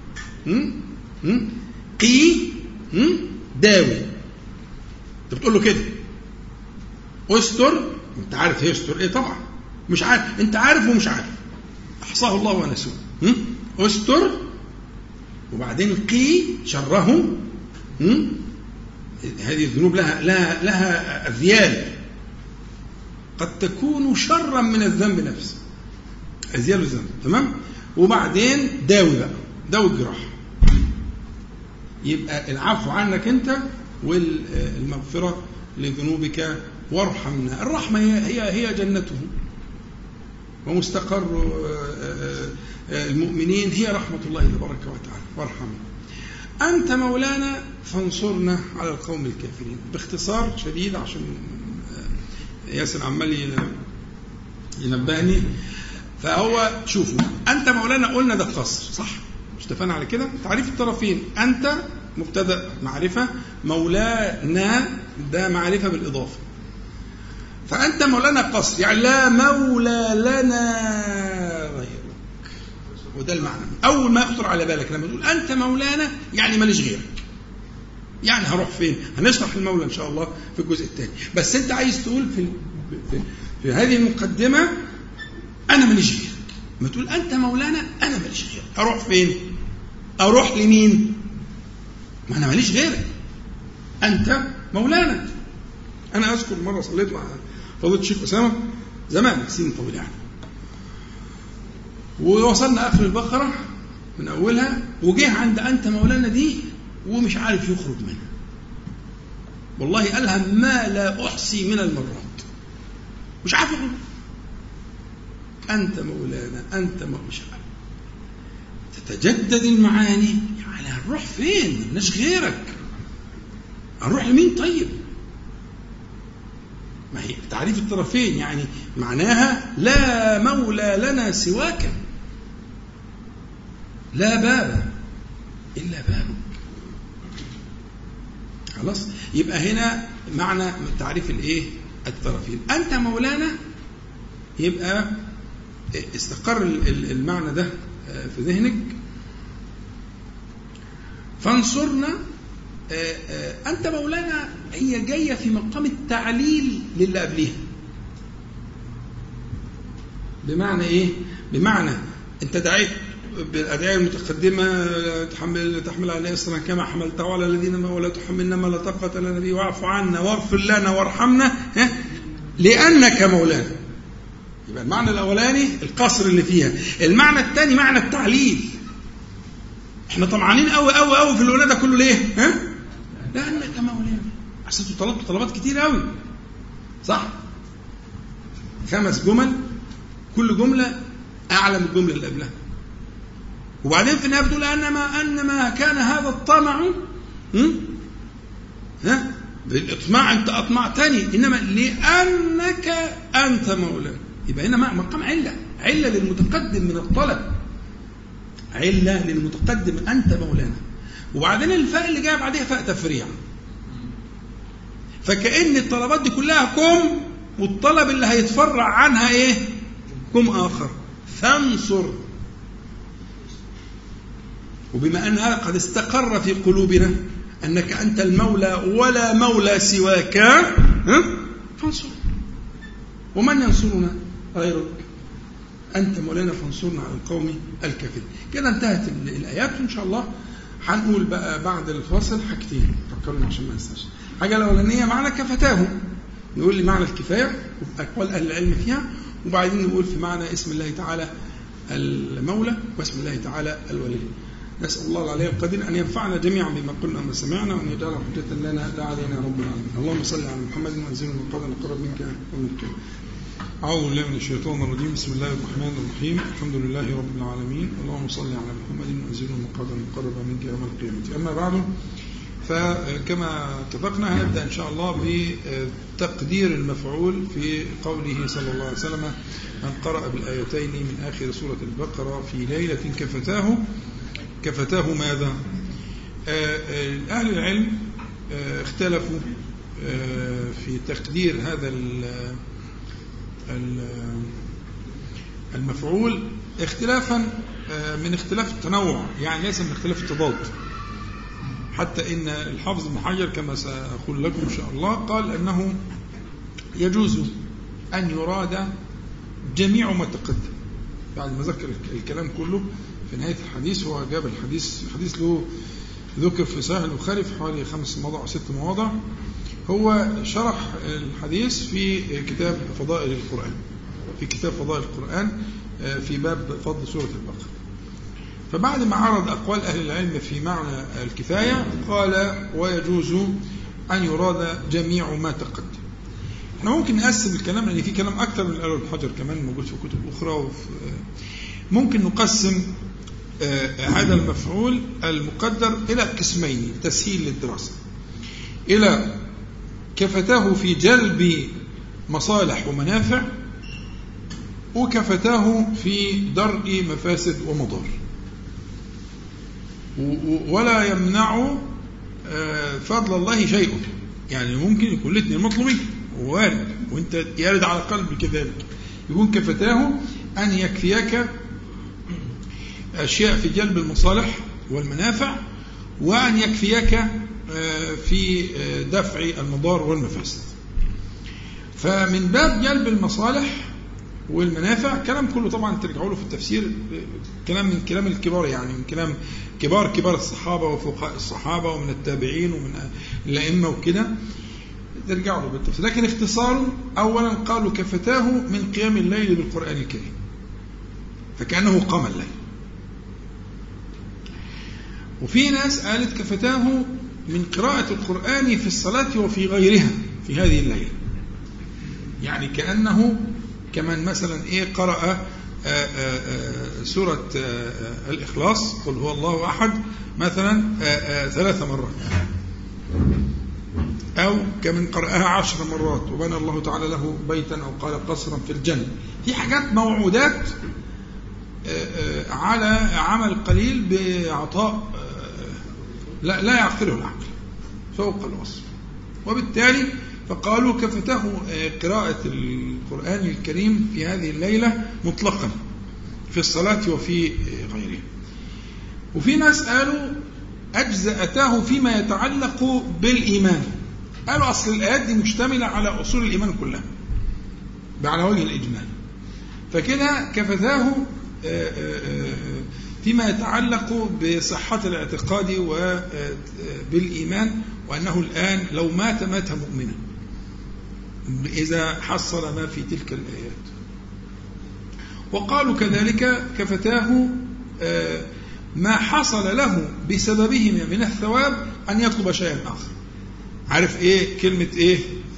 قي، داوي. انت بتقول له كده استر، انت عارف يستر ايه؟ طبعا مش عارف، انت عارف ومش عارف، احصاه الله ونسوه. استر، وبعدين قي شره. هذه الذنوب لها أذيال قد تكون شرا من الذنب نفسه، أذيال الذنب، تمام. وبعدين داوي الجراح. يبقى العفو عنك أنت، والمغفرة لذنوبك، وارحمنا. الرحمة هي جنته ومستقر المؤمنين، هي رحمة الله تبارك وتعالى. وارحمنا أنت مولانا فانصرنا على القوم الكافرين. باختصار شديد عشان ياسر عمال ينبهني. فهو شوفوا، أنت مولانا قلنا ده قصر، صح؟ مش اتفقنا على كده؟ تعريف الطرفين، أنت مبتدأ معرفة، مولانا ده معرفة بالإضافة. فأنت مولانا قصر، يعني لا مولى لنا غيرك، وده المعنى. أول ما يخطر على بالك لما تقول أنت مولانا يعني ماليش غيرك، يعني هروح فين؟ هنشرح المولى إن شاء الله في الجزء الثاني. بس أنت عايز تقول في هذه المقدمة أنا ماليش غيرك. ما تقول أنت مولانا أنا ماليش غيرك، أروح فين؟ أروح لمين؟ ما أنا ماليش غيرك، أنت مولانا. أنا أذكر مرة صليت مع فضيلة الشيخ أسامة زمان، سنين طويلة يعني، ووصلنا آخر البقرة من أولها، وجه عند أنت مولانا دي ومش عارف يخرج منها. والله قالها ما لا أحصي من المرات، مش عارف يخرج. أنت مولانا، أنت مش عارف. تتجدد المعاني، يعني هنروح فين؟ مالناش غيرك، هنروح لمين طيب؟ ما هي تعريف الطرفين، يعني معناها لا مولى لنا سواك، لا باب إلا بابك. خلاص، يبقى هنا معنى تعريف الايه؟ الطرفين. أنت مولانا، يبقى استقر المعنى ده في ذهنك. فانصرنا، أنت مولانا هي جاية في مقام التعليل للي قبلها. بمعنى إيه؟ بمعنى أنت دعيت بالأدعية المتقدمة، تحمل على إصرا كما حملته على الذين ولا تحملنا ما لا طاقة لنا به، واعف عنا واغفر لنا وارحمنا لأنك مولانا. يبقى المعنى الأولاني القصر اللي فيها. المعنى الثاني معنى التعليل. احنا طمعانين قوي قوي قوي في الولادة كله ليه؟ لأنك مولانا. عشان طلبت طلبات كتير قوي، صح؟ 5 جمل، كل جملة أعلى من الجملة اللي قبلها. وبعدين في النهاية بتقول أنما كان هذا الطمع بالإطماع أنت أطمعتني، إنما لأنك أنت مولانا. يبقى هنا مقام علة للمتقدم من الطلب، علة للمتقدم أنت مولانا. وبعدين الفاء اللي جاء بعدها فاء تفريع، فكأن الطلبات دي كلها كم، والطلب اللي هيتفرع عنها إيه؟ محكوم آخر فانصر. وبما أن هذا قد استقر في قلوبنا أنك أنت المولى ولا مولى سواك فانصر. ومن ينصرنا غيرك؟ أنت مولانا فانصرنا على القوم الكافرين. كده انتهت الآيات. إن شاء الله هنقول بقى بعد الفاصل حاجتين فكرنا عشان ما ننساش. حاجة الأولانية معنى كفتاه، نقول لي معنى الكفاية وأقوال أهل العلم فيها، وبعدين نقول في معنى اسم الله تعالى المولى واسم الله تعالى الولي. نسأل الله العلي القدير أن ينفعنا جميعا بما قلنا وما سمعنا، وأن يجعل حجة لنا لا علينا رب العالمين. اللهم صل على محمد وأنزله من قبل القرب منك يوم القيامة. أعوذ بالله من الشيطان الرجيم. بسم الله الرحمن الرحيم. الحمد لله رب العالمين. اللهم صل على محمد وأنزله من قبل القرب منك يوم القيامة. أما بعد، فكما اتفقنا هنبدأ إن شاء الله بتقدير المفعول في قوله صلى الله عليه وسلم من قرأ بالآيتين من آخر سورة البقرة في ليلة كفتاه ماذا؟ أهل العلم اختلفوا في تقدير هذا المفعول اختلافا من اختلاف التنوع، يعني ليس من اختلاف التضاد. حتى إن الحافظ ابن حجر كما سأقول لكم إن شاء الله قال أنه يجوز أن يراد جميع ما تقدم. بعد ما ذكر الكلام كله في نهاية الحديث، هو جاب الحديث له ذكر في صحيح البخاري في حوالي 5 مواضع أو 6 مواضع. هو شرح الحديث في كتاب فضائل القرآن، في باب فضل سورة البقرة. فبعد ما عرض أقوال أهل العلم في معنى الكفاية قال ويجوز أن يراد جميع ما تقدم. احنا ممكن نقسم الكلام لأن في كلام أكثر من قاله ابن حجر كمان موجود في كتب أخرى، ممكن نقسم هذا المفعول المقدر إلى قسمين تسهيل للدراسة، إلى كفتاه في جلب مصالح ومنافع، وكفتاه في درء مفاسد ومضار. ولا يمنع فضل الله شيء، يعني ممكن يكون الاثنين مطلوبين ووارد، وانت يرد على قلبك كذلك. يكون كفتاه أن يكفيك أشياء في جلب المصالح والمنافع، وأن يكفيك في دفع المضار والمفاسد. فمن باب جلب المصالح والمنافع كلام كله طبعا ترجعوا له في التفسير، كلام من كلام الكبار، يعني من كلام كبار الصحابة وفقهاء الصحابة ومن التابعين ومن الأئمة وكده، ترجعوا له بالتفسير. لكن اختصاره أولا قالوا كفتاه من قيام الليل بالقرآن الكريم، فكأنه قام الليل. وفي ناس قالت كفتاه من قراءة القرآن في الصلاة وفي غيرها في هذه الليلة، يعني كأنه كمان مثلا قرأ سورة الإخلاص قل هو الله أحد مثلا 3 مرات، أو كمن قرأها 10 مرات وبنى الله تعالى له بيتا أو قال قصرا في الجنة. في حاجات موعودات على عمل قليل بعطاء لا يعقله العقل فوق الوصف، وبالتالي فقالوا كفتاه قراءة القرآن الكريم في هذه الليلة مطلقا في الصلاة وفي غيرها. وفي ناس قالوا أجزأتاه فيما يتعلق بالإيمان، قالوا أصل الآيات دي مشتملة على أصول الإيمان كلها على وجه الإجمال، فكده كفتاه فيما يتعلق بصحة الاعتقاد وبالإيمان، وأنه الآن لو مات مؤمنا إذا حصل ما في تلك الآيات. وقالوا كذلك كفتاه ما حصل له بسببهما من الثواب أن يطلب شيئا آخر. عارف كلمة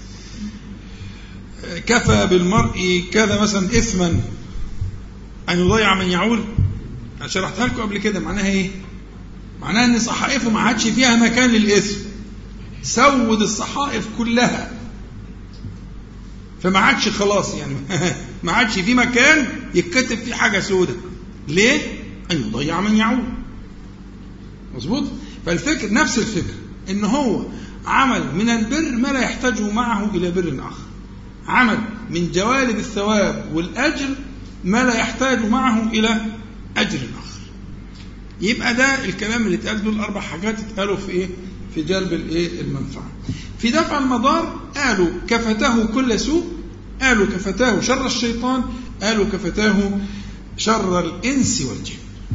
كفى بالمرء كذا مثلا إثما أن يضيع من يعول. أنا شرحتها لكم قبل كده. معناها معناها أن صحائفه ما عادش فيها مكان للإثم، سود الصحائف كلها، فما عادش خلاص، يعني ما عادش في مكان يتكتب فيه حاجة سودة. ليه؟ أن يضيع من يعول. مظبوط؟ فالفكر نفس الفكر، إن هو عمل من البر ما لا يحتاجه معه إلى بر آخر، عمل من جوانب الثواب والأجر ما لا يحتاج معه إلى أجر آخر. يبقى ده الكلام اللي اتقال، دول 4 حاجات اتقالوا في إيه؟ في جلب المنفعة. في دفع المضار قالوا كفتاه كل سوء، قالوا كفتاه شر الشيطان، قالوا كفتاه شر الإنس والجن.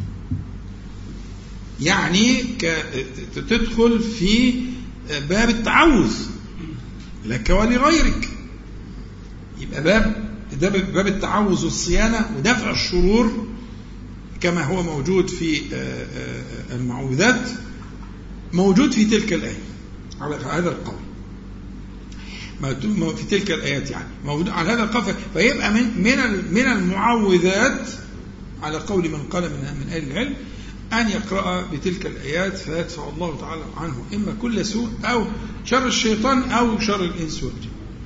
يعني تدخل في باب التعوذ لك ولغيرك، يبقى باب التعوذ والصيانة ودفع الشرور كما هو موجود في المعوذات، موجود في تلك الآية على هذا القول، في تلك الآيات يعني موجود على هذا القول. فيبقى من المعوذات على قول من قال من أهل العلم أن يقرأ بتلك الآيات فيدفع الله تعالى عنه إما كل سوء أو شر الشيطان أو شر الإنس والجن.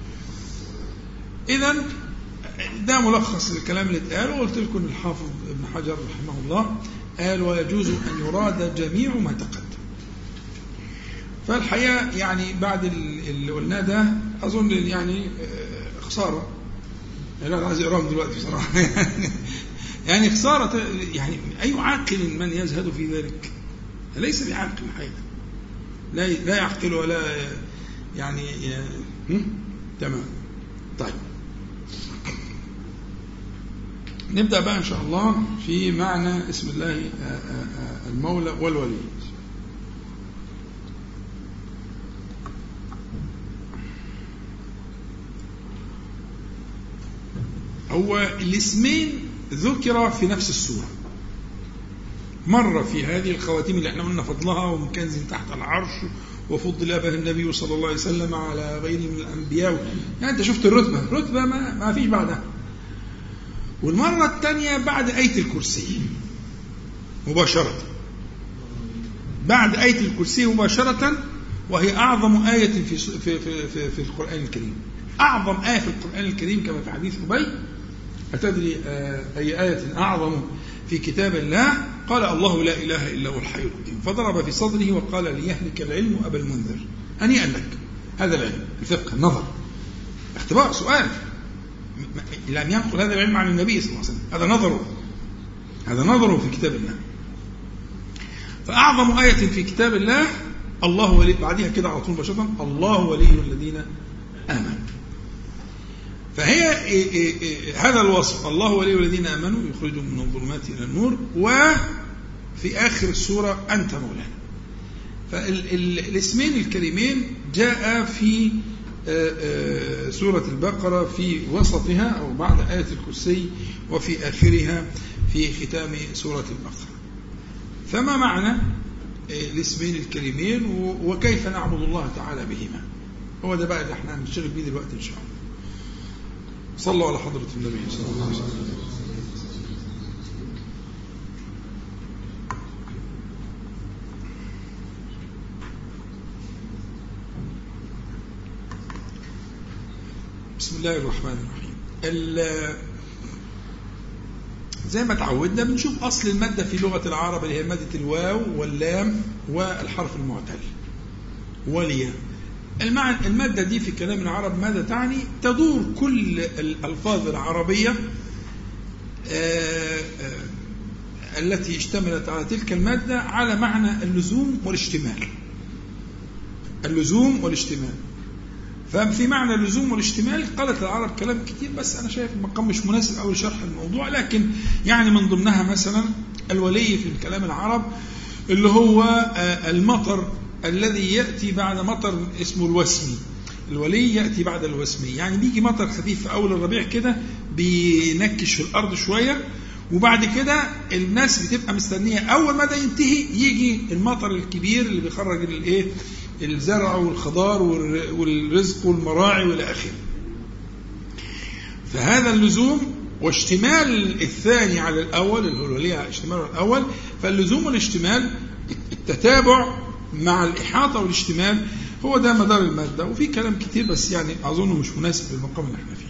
إذن ده ملخص الكلام اللي اتقال. وقلت لكم الحافظ ابن حجر رحمه الله قال ويجوز أن يراد جميع ما تقدم. فالحقيقة يعني بعد اللي قلناه ده أظن يعني خسارة، أنا عايز أقراهم دلوقتي بصراحة يعني خسارة. يعني أي عاقل من يزهد في ذلك؟ ليس بعاقل حقيقة، لا يعقل ولا يعني تمام. طيب نبدأ بقى إن شاء الله في معنى اسم الله المولى والولي. هو الاسمين ذكر في نفس السورة مرة في هذه الخواتيم اللي احنا قلنا فضلها ومن كنز تحت العرش وفضل بها النبي صلى الله عليه وسلم على غيره من الأنبياء. يعني أنت شفت الرتبة ما فيش بعدها. والمرة الثانية بعد آية الكرسي مباشرة، بعد آية الكرسي مباشرة، وهي أعظم آية في القرآن الكريم. أعظم آية في القرآن الكريم كما في حديث أبي: أتدري أي آية أعظم في كتاب الله؟ قال الله لا إله إلا هو الحي القيوم. فضرب في صدره وقال ليهلك العلم أبا المنذر. هنيئا لك، هذا العلم الفقه النظر اختبار سؤال، لم ينقل هذا العلم عن النبي صلى الله عليه وسلم، هذا نظره في كتاب الله. فأعظم آية في كتاب الله الله ولي، بعدها كده على طول بشرة الله ولي الذين آمنوا. فهي هذا الوصف الله ولي الذين آمنوا يخرجهم من الظلمات إلى النور، وفي آخر السورة أنت مولانا. فالاسمين الكريمين جاء في سورة البقرة في وسطها أو بعد آية الكرسي، وفي آخرها في ختام سورة البقرة. فما معنى الاسمين الكريمين وكيف نعبد الله تعالى بهما؟ هو ده بقى اللي احنا هنشتغل بيه دلوقتي إن شاء الله. صلوا على حضرة النبي صلى الله عليه وسلم. بسم الله الرحمن الرحيم. زي ما تعودنا بنشوف أصل المادة في لغة العرب اللي هي مادة الواو واللام والحرف المعتل وليا. المادة دي في كلام العرب ماذا تعني؟ تدور كل الألفاظ العربية التي اشتملت على تلك المادة على معنى اللزوم والاشتمال. اللزوم والاشتمال. ففي معنى اللزوم والاشتمال قالت العرب كلام كتير، بس أنا شايف المقام مش مناسب أول شرح الموضوع، لكن يعني من ضمنها مثلا الولي في الكلام العرب اللي هو المطر الذي يأتي بعد مطر اسمه الوسمي. الولي يأتي بعد الوسمي، يعني بيجي مطر خفيف في أول الربيع كده بينكش في الأرض شوية، وبعد كده الناس بتبقى مستنية أول ما ده ينتهي يجي المطر الكبير اللي بيخرج الزرع والخضار والرزق والمراعي والى اخره. فهذا اللزوم واشتمال الثاني على الأول اللي هو الولي على اشتمال الأول. فاللزوم والاشتمال التتابع مع الإحاطة والاشتمال هو ده مدار المادة. وفي كلام كتير بس يعني أظنه مش مناسب للمقام اللي احنا فيه.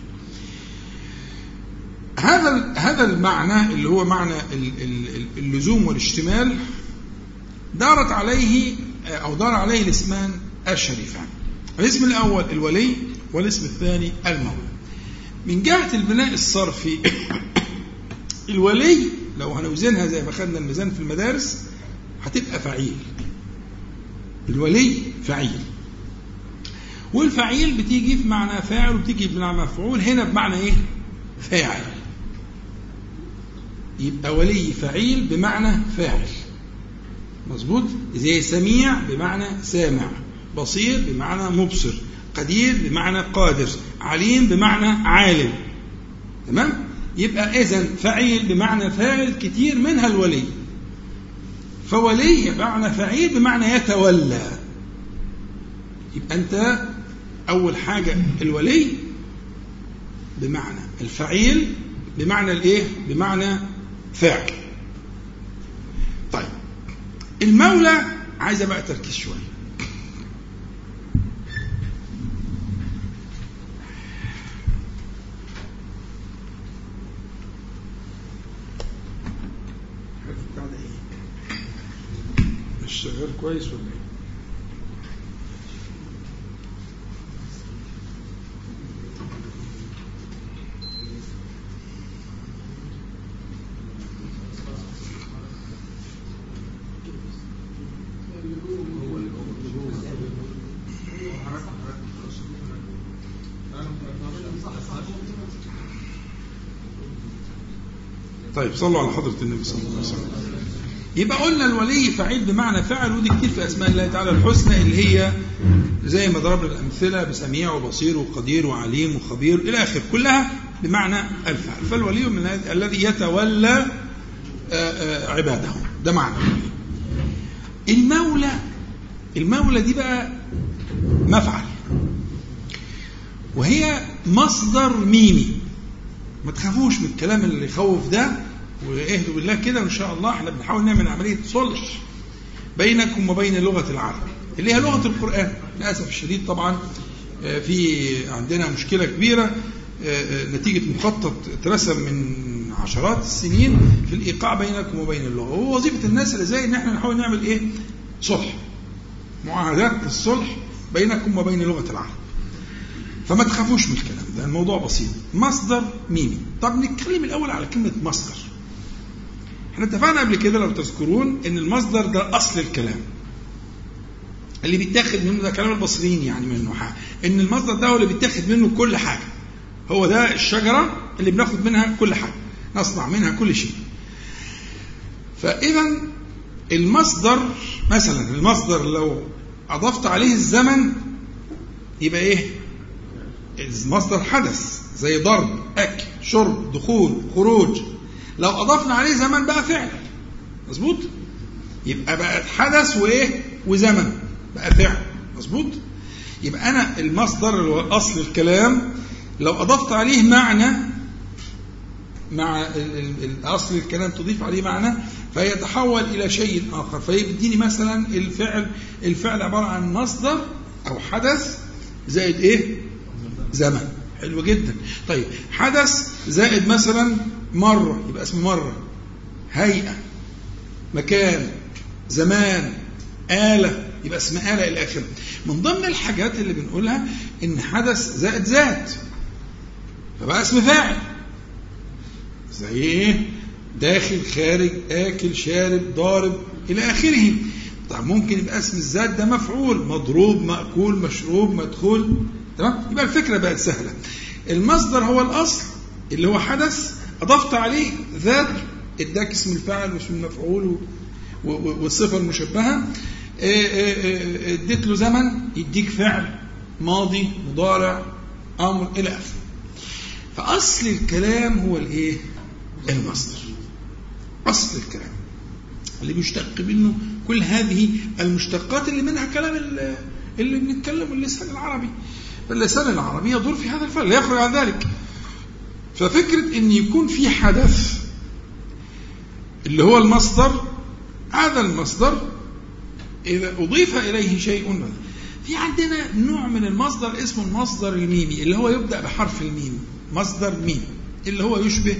هذا المعنى اللي هو معنى اللزوم والاشتمال دار عليه الاسمان الشريفان. الاسم الأول الولي والاسم الثاني المولى. من جهة البناء الصرفي الولي لو هنوزنها زي ما خدنا الميزان في المدارس هتبقى فعيل. الولي فعيل، والفعيل بتيجي في معنى فاعل وبتيجي بمعنى مفعول، هنا بمعنى ايه؟ فاعل. يبقى ولي فعيل بمعنى فاعل، مظبوط. زي سميع بمعنى سامع، بصير بمعنى مبصر، قدير بمعنى قادر، عليم بمعنى عالم. تمام؟ يبقى إذن فعيل بمعنى فاعل كتير منها الولي. فولي بمعنى فعيل بمعنى يتولى. يبقى أنت أول حاجة الولي بمعنى الفعيل بمعنى الإيه؟ بمعنى فاعل. طيب المولى عايزة بقى تركيز شوية. مش شغال كويس ولا ايه؟ طيب صلوا على حضرة النبي صلى الله عليه وسلم. يبقى قلنا الولي فعيل بمعنى فعل، ودي كتير في أسماء الله تعالى الحسنى اللي هي زي ما ضربنا الأمثلة بسميع وبصير وقدير وعليم وخبير إلى آخر، كلها بمعنى الفعل. فالولي من الذي يتولى عباده، ده معنى. المولى دي بقى مفعل، وهي مصدر ميمي. ما تخافوش من الكلام اللي يخوف ده، واهدوا بالله كده وإن شاء الله احنا بنحاول نعمل عملية صلح بينكم وبين لغة العرب اللي هي لغة القرآن. للأسف الشديد طبعا في عندنا مشكلة كبيرة نتيجة مخطط اترسم من عشرات السنين في الإيقاع بينكم وبين اللغة. وهو وظيفة الناس اللي زي ان احنا نحاول نعمل ايه؟ صلح، معاهدات الصلح بينكم وبين لغة العرب. فما تخافوش من الكلام ده، الموضوع بسيط. مصدر ميمي. طب نتكلم الأول على كلمة مصدر. احنا اتفقنا قبل كده لو تذكرون ان المصدر ده أصل الكلام اللي بيتاخد منه، ده كلام البصريين يعني من النحاة، ان المصدر ده هو اللي بيتاخد منه كل حاجة. هو ده الشجرة اللي بناخد منها كل حاجة، نصنع منها كل شيء. فإذا المصدر مثلا، المصدر لو أضفت عليه الزمن يبقى إيه؟ المصدر حدث زي ضرب، أكل، شرب، دخول، خروج. لو أضفنا عليه زمن بقى فعل، مظبوط؟ يبقى بقى حدث وإيه؟ وزمن بقى فعل، مظبوط؟ يبقى أنا المصدر اللي هو أصل الكلام لو أضفت عليه معنى مع أصل الكلام تضيف عليه معنى فيتحول إلى شيء آخر، فيديني مثلا الفعل عبارة عن مصدر أو حدث زائد إيه؟ زمن. حلو جدا. طيب حدث زائد مثلا مرة يبقى اسمه مرة، هيئة، مكان، زمان، آلة يبقى اسم آلة إلى آخره. من ضمن الحاجات اللي بنقولها إن حدث زائد ذات فبقى اسم فاعل، زي إيه؟ داخل، خارج، آكل، شارب، ضارب إلى آخره. طب ممكن يبقى اسم الذات ده مفعول، مضروب، مأكول، مشروب، مدخول. تمام؟ يبقى الفكرة بقت سهلة. المصدر هو الأصل اللي هو حدث، أضفت عليه ذات اداك اسم الفاعل واسم المفعول والصفة المشبهة، اديت له زمن يديك فعل ماضي، مضارع، أمر إلى آخره. فأصل الكلام هو الإيه؟ المصدر. أصل الكلام اللي بيشتق منه كل هذه المشتقات اللي منها كلام اللي بنتكلم اللسان العربي. فاللسان العربي يدور في هذا الفعل لا يخرج عن ذلك. ففكرة أن يكون في حدث اللي هو المصدر، هذا المصدر إذا أضيف إليه شيء، في عندنا نوع من المصدر اسمه المصدر الميمي اللي هو يبدأ بحرف الميم، مصدر ميم اللي هو يشبه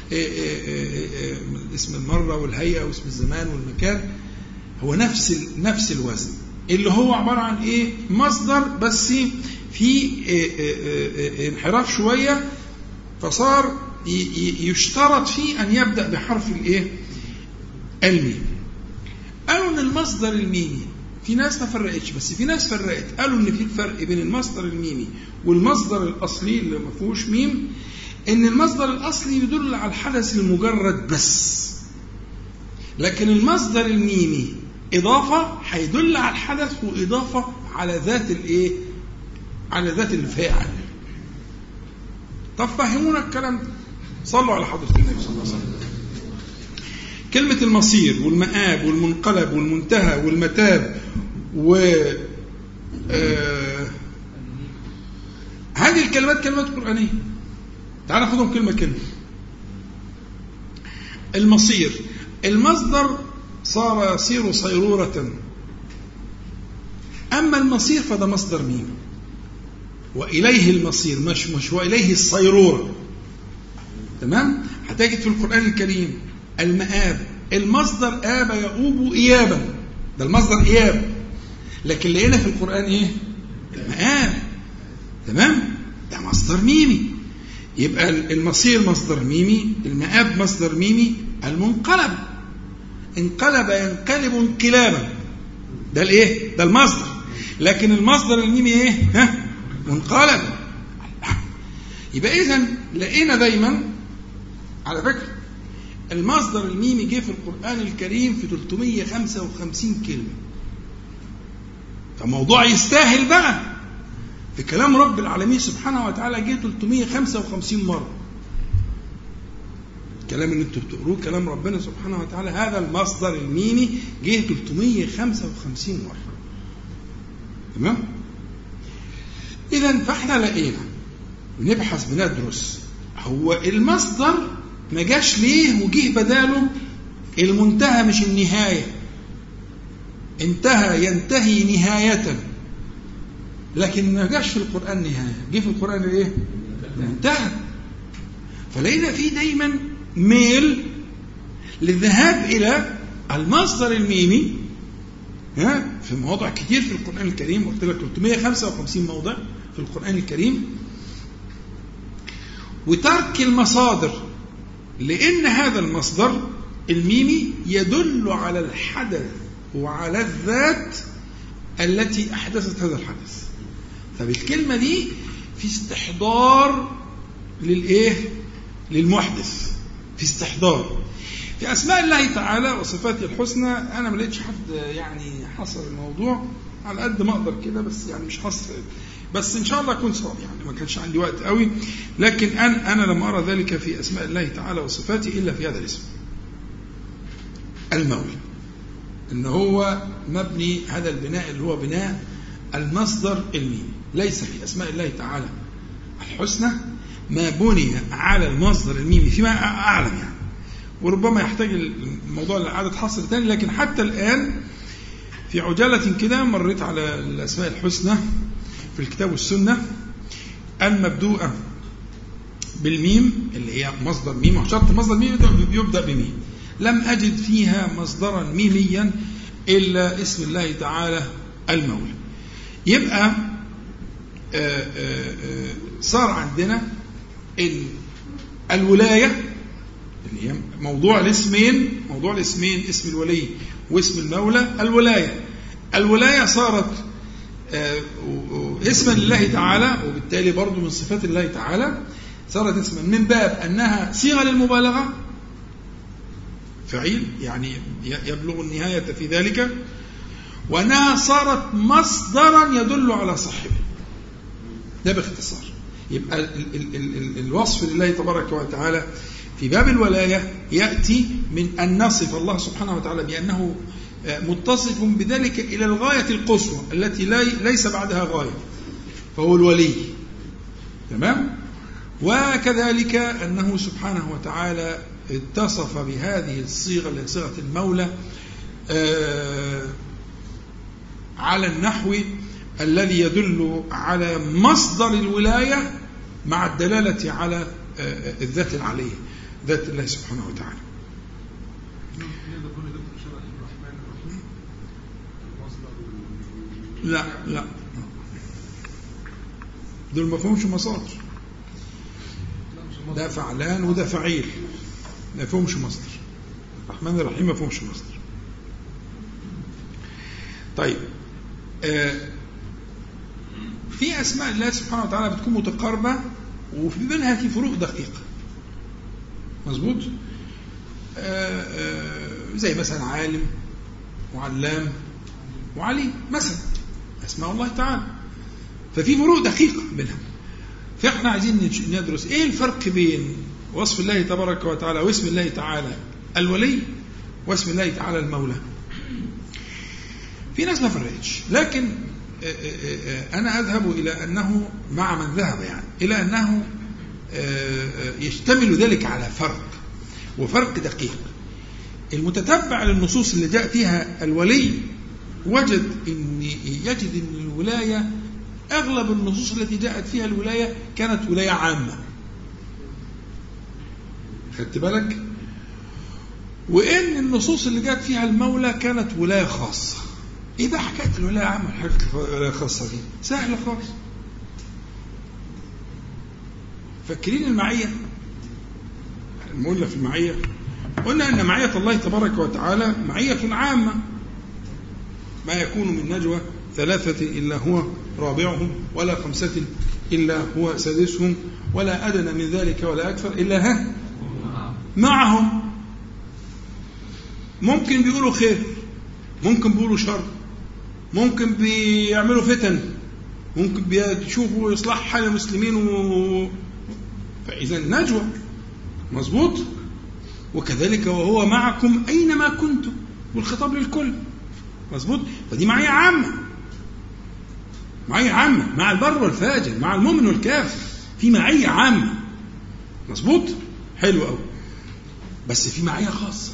اسم المرة والهيئة واسم الزمان والمكان، هو نفس الوزن، اللي هو عبارة عن إيه؟ مصدر بس في انحراف شوية، فصار يشترط فيه أن يبدأ بحرف الإيه؟ الميم. قالوا أن المصدر الميمي في ناس ما فرقتش، بس في ناس فرقت، قالوا أن في فرق بين المصدر الميمي والمصدر الأصلي اللي ما فيهوش ميم. أن المصدر الأصلي يدل على الحدث المجرد بس، لكن المصدر الميمي إضافة هيدل على الحدث وإضافة على ذات الإيه؟ على ذات الفاعل. طب فهمونا الكلام ده. صلوا على حضرة النبي صلى الله عليه وسلم. كلمة المصير والمآب والمنقلب والمنتهى والمتاب هذه الكلمات كلمات قرآنية. تعال ناخدهم كلمة كلمة. المصير، المصدر صار يصير صيرورة، أما المصير فده مصدر ميم، وإليه المصير، مش وإليه الصيرورة. تمام؟ هتجد في القرآن الكريم المآب، المصدر آب يؤوب إيابا، ده المصدر إياب، لكن لقينا في القرآن إيه؟ المآب. تمام؟ ده مصدر ميمي. يبقى المصير مصدر ميمي، المآب مصدر ميمي، المنقلب انقلب ينقلب انقلابا، ده الايه؟ ده المصدر. لكن المصدر الميمي ايه؟ منقلب. يبقى اذا لقينا دايما، على فكره المصدر الميمي جه في القرآن الكريم في 355 كلمه، فموضوع يستاهل بقى في كلام رب العالمين سبحانه وتعالى، جه 355 مره. الكلام اللي انتوا بتقروه كلام ربنا سبحانه وتعالى، هذا المصدر الميمي جه 355 مره. تمام؟ اذا فاحنا لقينا بنبحث بندرس هو المصدر ما جاش ليه وجه بداله المنتهى مش النهايه. انتهى ينتهي نهايه، لكن ما جاش في القرآن نهايه، جه في القرآن ايه؟ انتهى. فلقينا فيه دايما ميل للذهاب إلى المصدر الميمي في مواضع كتير في القرآن الكريم. قلت لك 355 موضع في القرآن الكريم، وترك المصادر، لأن هذا المصدر الميمي يدل على الحدث وعلى الذات التي أحدثت هذا الحدث. فبالكلمة دي في استحضار للإيه؟ للمحدث، في استحضار. في أسماء الله تعالى وصفاته الحسنى أنا ما لقيتش حد يعني حصر الموضوع على قد ما أقدر كده، بس يعني مش حصر، بس إن شاء الله أكون صعب، يعني ما كانش عندي وقت قوي. لكن أنا لم أرى ذلك في أسماء الله تعالى وصفاته إلا في هذا الاسم المولى، إن هو مبني هذا البناء اللي هو بناء المصدر الميمي. ليس في أسماء الله تعالى الحسنى ما بني على المصدر الميمي فيما أعلم يعني، وربما يحتاج الموضوع لإعادة حصر ثاني. لكن حتى الآن في عجالة كده مريت على الأسماء الحسنى في الكتاب والسنة المبدوءة بالميم اللي هي مصدر ميم، وشرط مصدر ميم يبدأ بميم، لم أجد فيها مصدرا ميميا إلا اسم الله تعالى المولى. يبقى صار عندنا الولاية اللي هي موضوع الاسمين، اسم الولي واسم المولى. الولاية صارت اسما لله تعالى، وبالتالي برضو من صفات الله تعالى، صارت اسما من باب أنها صيغة للمبالغة، فعيل يعني يبلغ النهاية في ذلك، وأنها صارت مصدرا يدل على صاحبه. ده باختصار. يبقى الوصف لله تبارك وتعالى في باب الولاية يأتي من أن نصف الله سبحانه وتعالى بأنه متصف بذلك إلى الغاية القصوى التي ليس بعدها غاية، فهو الولي. تمام؟ وكذلك أنه سبحانه وتعالى اتصف بهذه الصيغة اللي هي صيغة المولى على النحو الذي يدل على مصدر الولاية مع الدلالة على الذات العلية، ذات الله سبحانه وتعالى. لا دول ما فهمش مصادر. ده فعلان وده فعيل، ما فيهمش مصدر. الرحمن الرحيم ما فيهمش مصدر. طيب في أسماء الله سبحانه وتعالى بتكون متقاربة وفي بينها في فروق دقيقة. مظبوط. زي مثلا عالم وعلام وعليم مثلا، أسماء الله تعالى، ففي فروق دقيقة بينها. فإحنا عايزين ندرس إيه الفرق بين وصف الله تبارك وتعالى واسم الله تعالى الولي واسم الله تعالى المولى. في ناس ما فرقتش، لكن أنا أذهب إلى أنه مع من ذهب يعني إلى أنه يشتمل ذلك على فرق، وفرق دقيق. المتتبع للنصوص اللي جاء فيها الولي يجد أن الولاية أغلب النصوص التي جاءت فيها الولاية كانت ولاية عامة. خدت بالك؟ وإن النصوص اللي جاءت فيها المولى كانت ولاية خاصة. إيه بقى حكاية الولاية عامة وحكاية الولاية خاصة دي؟ سهلة خالص. فاكرين المعية؟ لما قلنا في المعية قلنا أن معية الله تبارك وتعالى معية عامة، ما يكون من نجوى ثلاثة إلا هو رابعهم ولا خمسة إلا هو سادسهم ولا أدنى من ذلك ولا أكثر إلا معهم. ممكن بيقولوا خير، ممكن بيقولوا شر، ممكن بيعملوا فتن، ممكن بيشوفوا إصلاح حال المسلمين فإذا نجوى. مظبوط. وكذلك وهو معكم أينما كنتم، والخطاب للكل. مظبوط. فدي معية عامة، معية عامة مع البر والفاجر، مع المؤمن والكافر، في معية عامة. مظبوط. حلو قوي. بس في معية خاصة.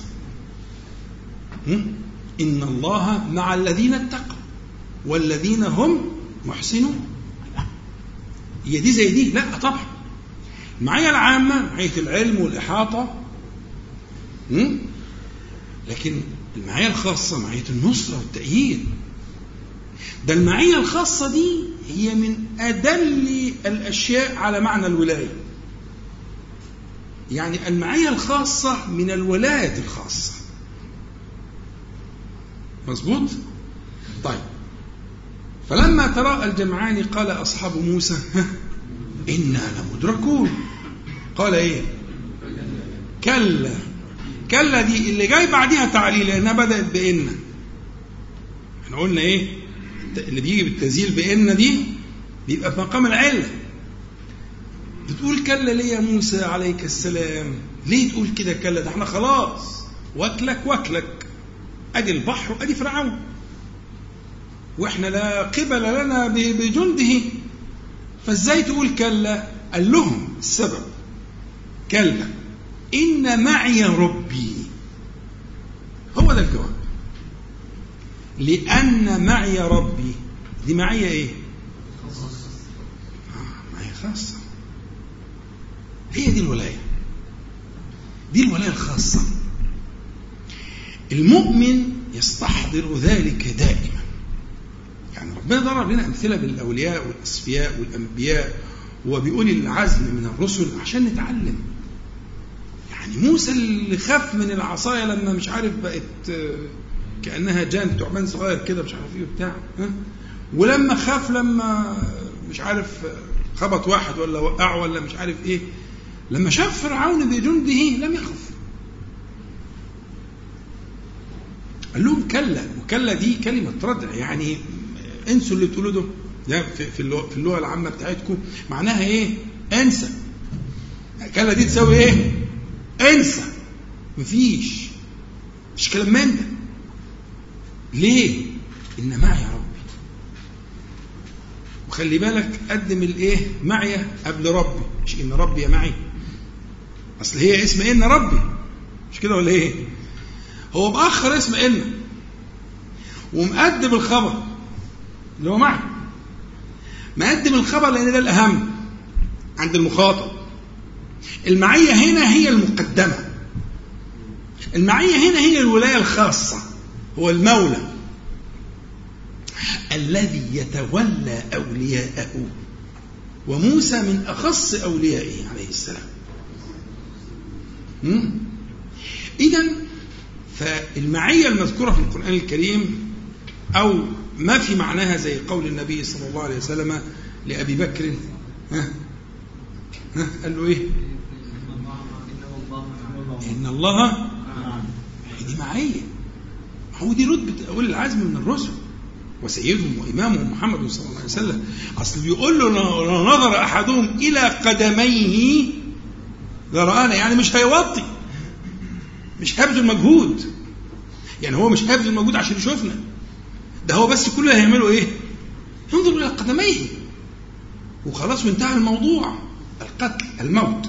إن الله مع الذين اتقوا والذين هم محسنون. هي دي زي دي؟ لا طبعا. المعية العامة معية العلم والإحاطة، لكن المعية الخاصة معية النصرة والتأييد. ده المعية الخاصة دي هي من أدل الأشياء على معنى الولاية. يعني المعية الخاصة من الولاية الخاصة. مظبوط. طيب، فلما تراءى الجمعان قال أصحاب موسى إنا لمدركون. قال إيه؟ كلا. كلا دي اللي جاي بعدها تعليل، لأنها بدأت بإن. احنا قلنا إيه؟ اللي بيجي بالتزيل بإن دي بيبقى في مقام العلة. بتقول كلا ليه يا موسى عليك السلام؟ ليه تقول كده كلا؟ ده احنا خلاص واكلك أدي البحر وأدي فرعون، وإحنا لا قبل لنا بجنده، فإزاي تقول كلا؟ قال لهم السبب. كلا إن معي ربي. هو ده الجواب. لأن معي ربي دي معية إيه؟ معية خاصة. هي دي الولاية، دي الولاية الخاصة. المؤمن يستحضر ذلك دائما. يعني ربنا ضرب لنا أمثلة بالأولياء والأصفياء والأنبياء وبأولي العزم من الرسل عشان نتعلم. يعني موسى اللي خاف من العصاية لما مش عارف بقت كأنها جان تعبان صغير كده مش عارف ايه بتاع، ولما خاف لما مش عارف خبط واحد ولا وقعه ولا مش عارف ايه، لما شاف فرعون بجنده لم يخف. قال لهم كلا. وكلا دي كلمة ردع، يعني انسوا اللي بتقولوا ده في اللغة العامة بتاعتكم معناها ايه؟ انسى. كلا دي تساوي ايه؟ انسى. مش كلام من ده. ليه؟ إن معي ربي. وخلي بالك قدم الايه؟ معي قبل ربي، مش إن ربي معي. أصل هي اسم إن ربي، مش كده ولا ايه؟ هو مأخر اسم إن ومقدم الخبر اللي هو معي. مقدم الخبر لأن ده الأهم عند المخاطب. المعية هنا هي المقدمة. المعية هنا هي الولاية الخاصة. هو المولى الذي يتولى أولياءه، وموسى من أخص أوليائه عليه السلام. إذن فالمعية المذكورة في القرآن الكريم أو ما في معناها زي قول النبي صلى الله عليه وسلم لأبي بكر قال له إيه؟ إن الله دي معية، هو دي رتبة أولي العزم من الرسل وسيدهم وإمامهم محمد صلى الله عليه وسلم. أصل بيقول له لو نظر أحدهم إلى قدميه لرآنا، يعني مش هيوطي، مش هيبذل مجهود، يعني هو مش هيبذل مجهود عشان يشوفنا، ده هو بس كل اللي هيعمله إيه؟ ينظر إلى قدميه وخلاص وانتهى الموضوع، القتل الموت.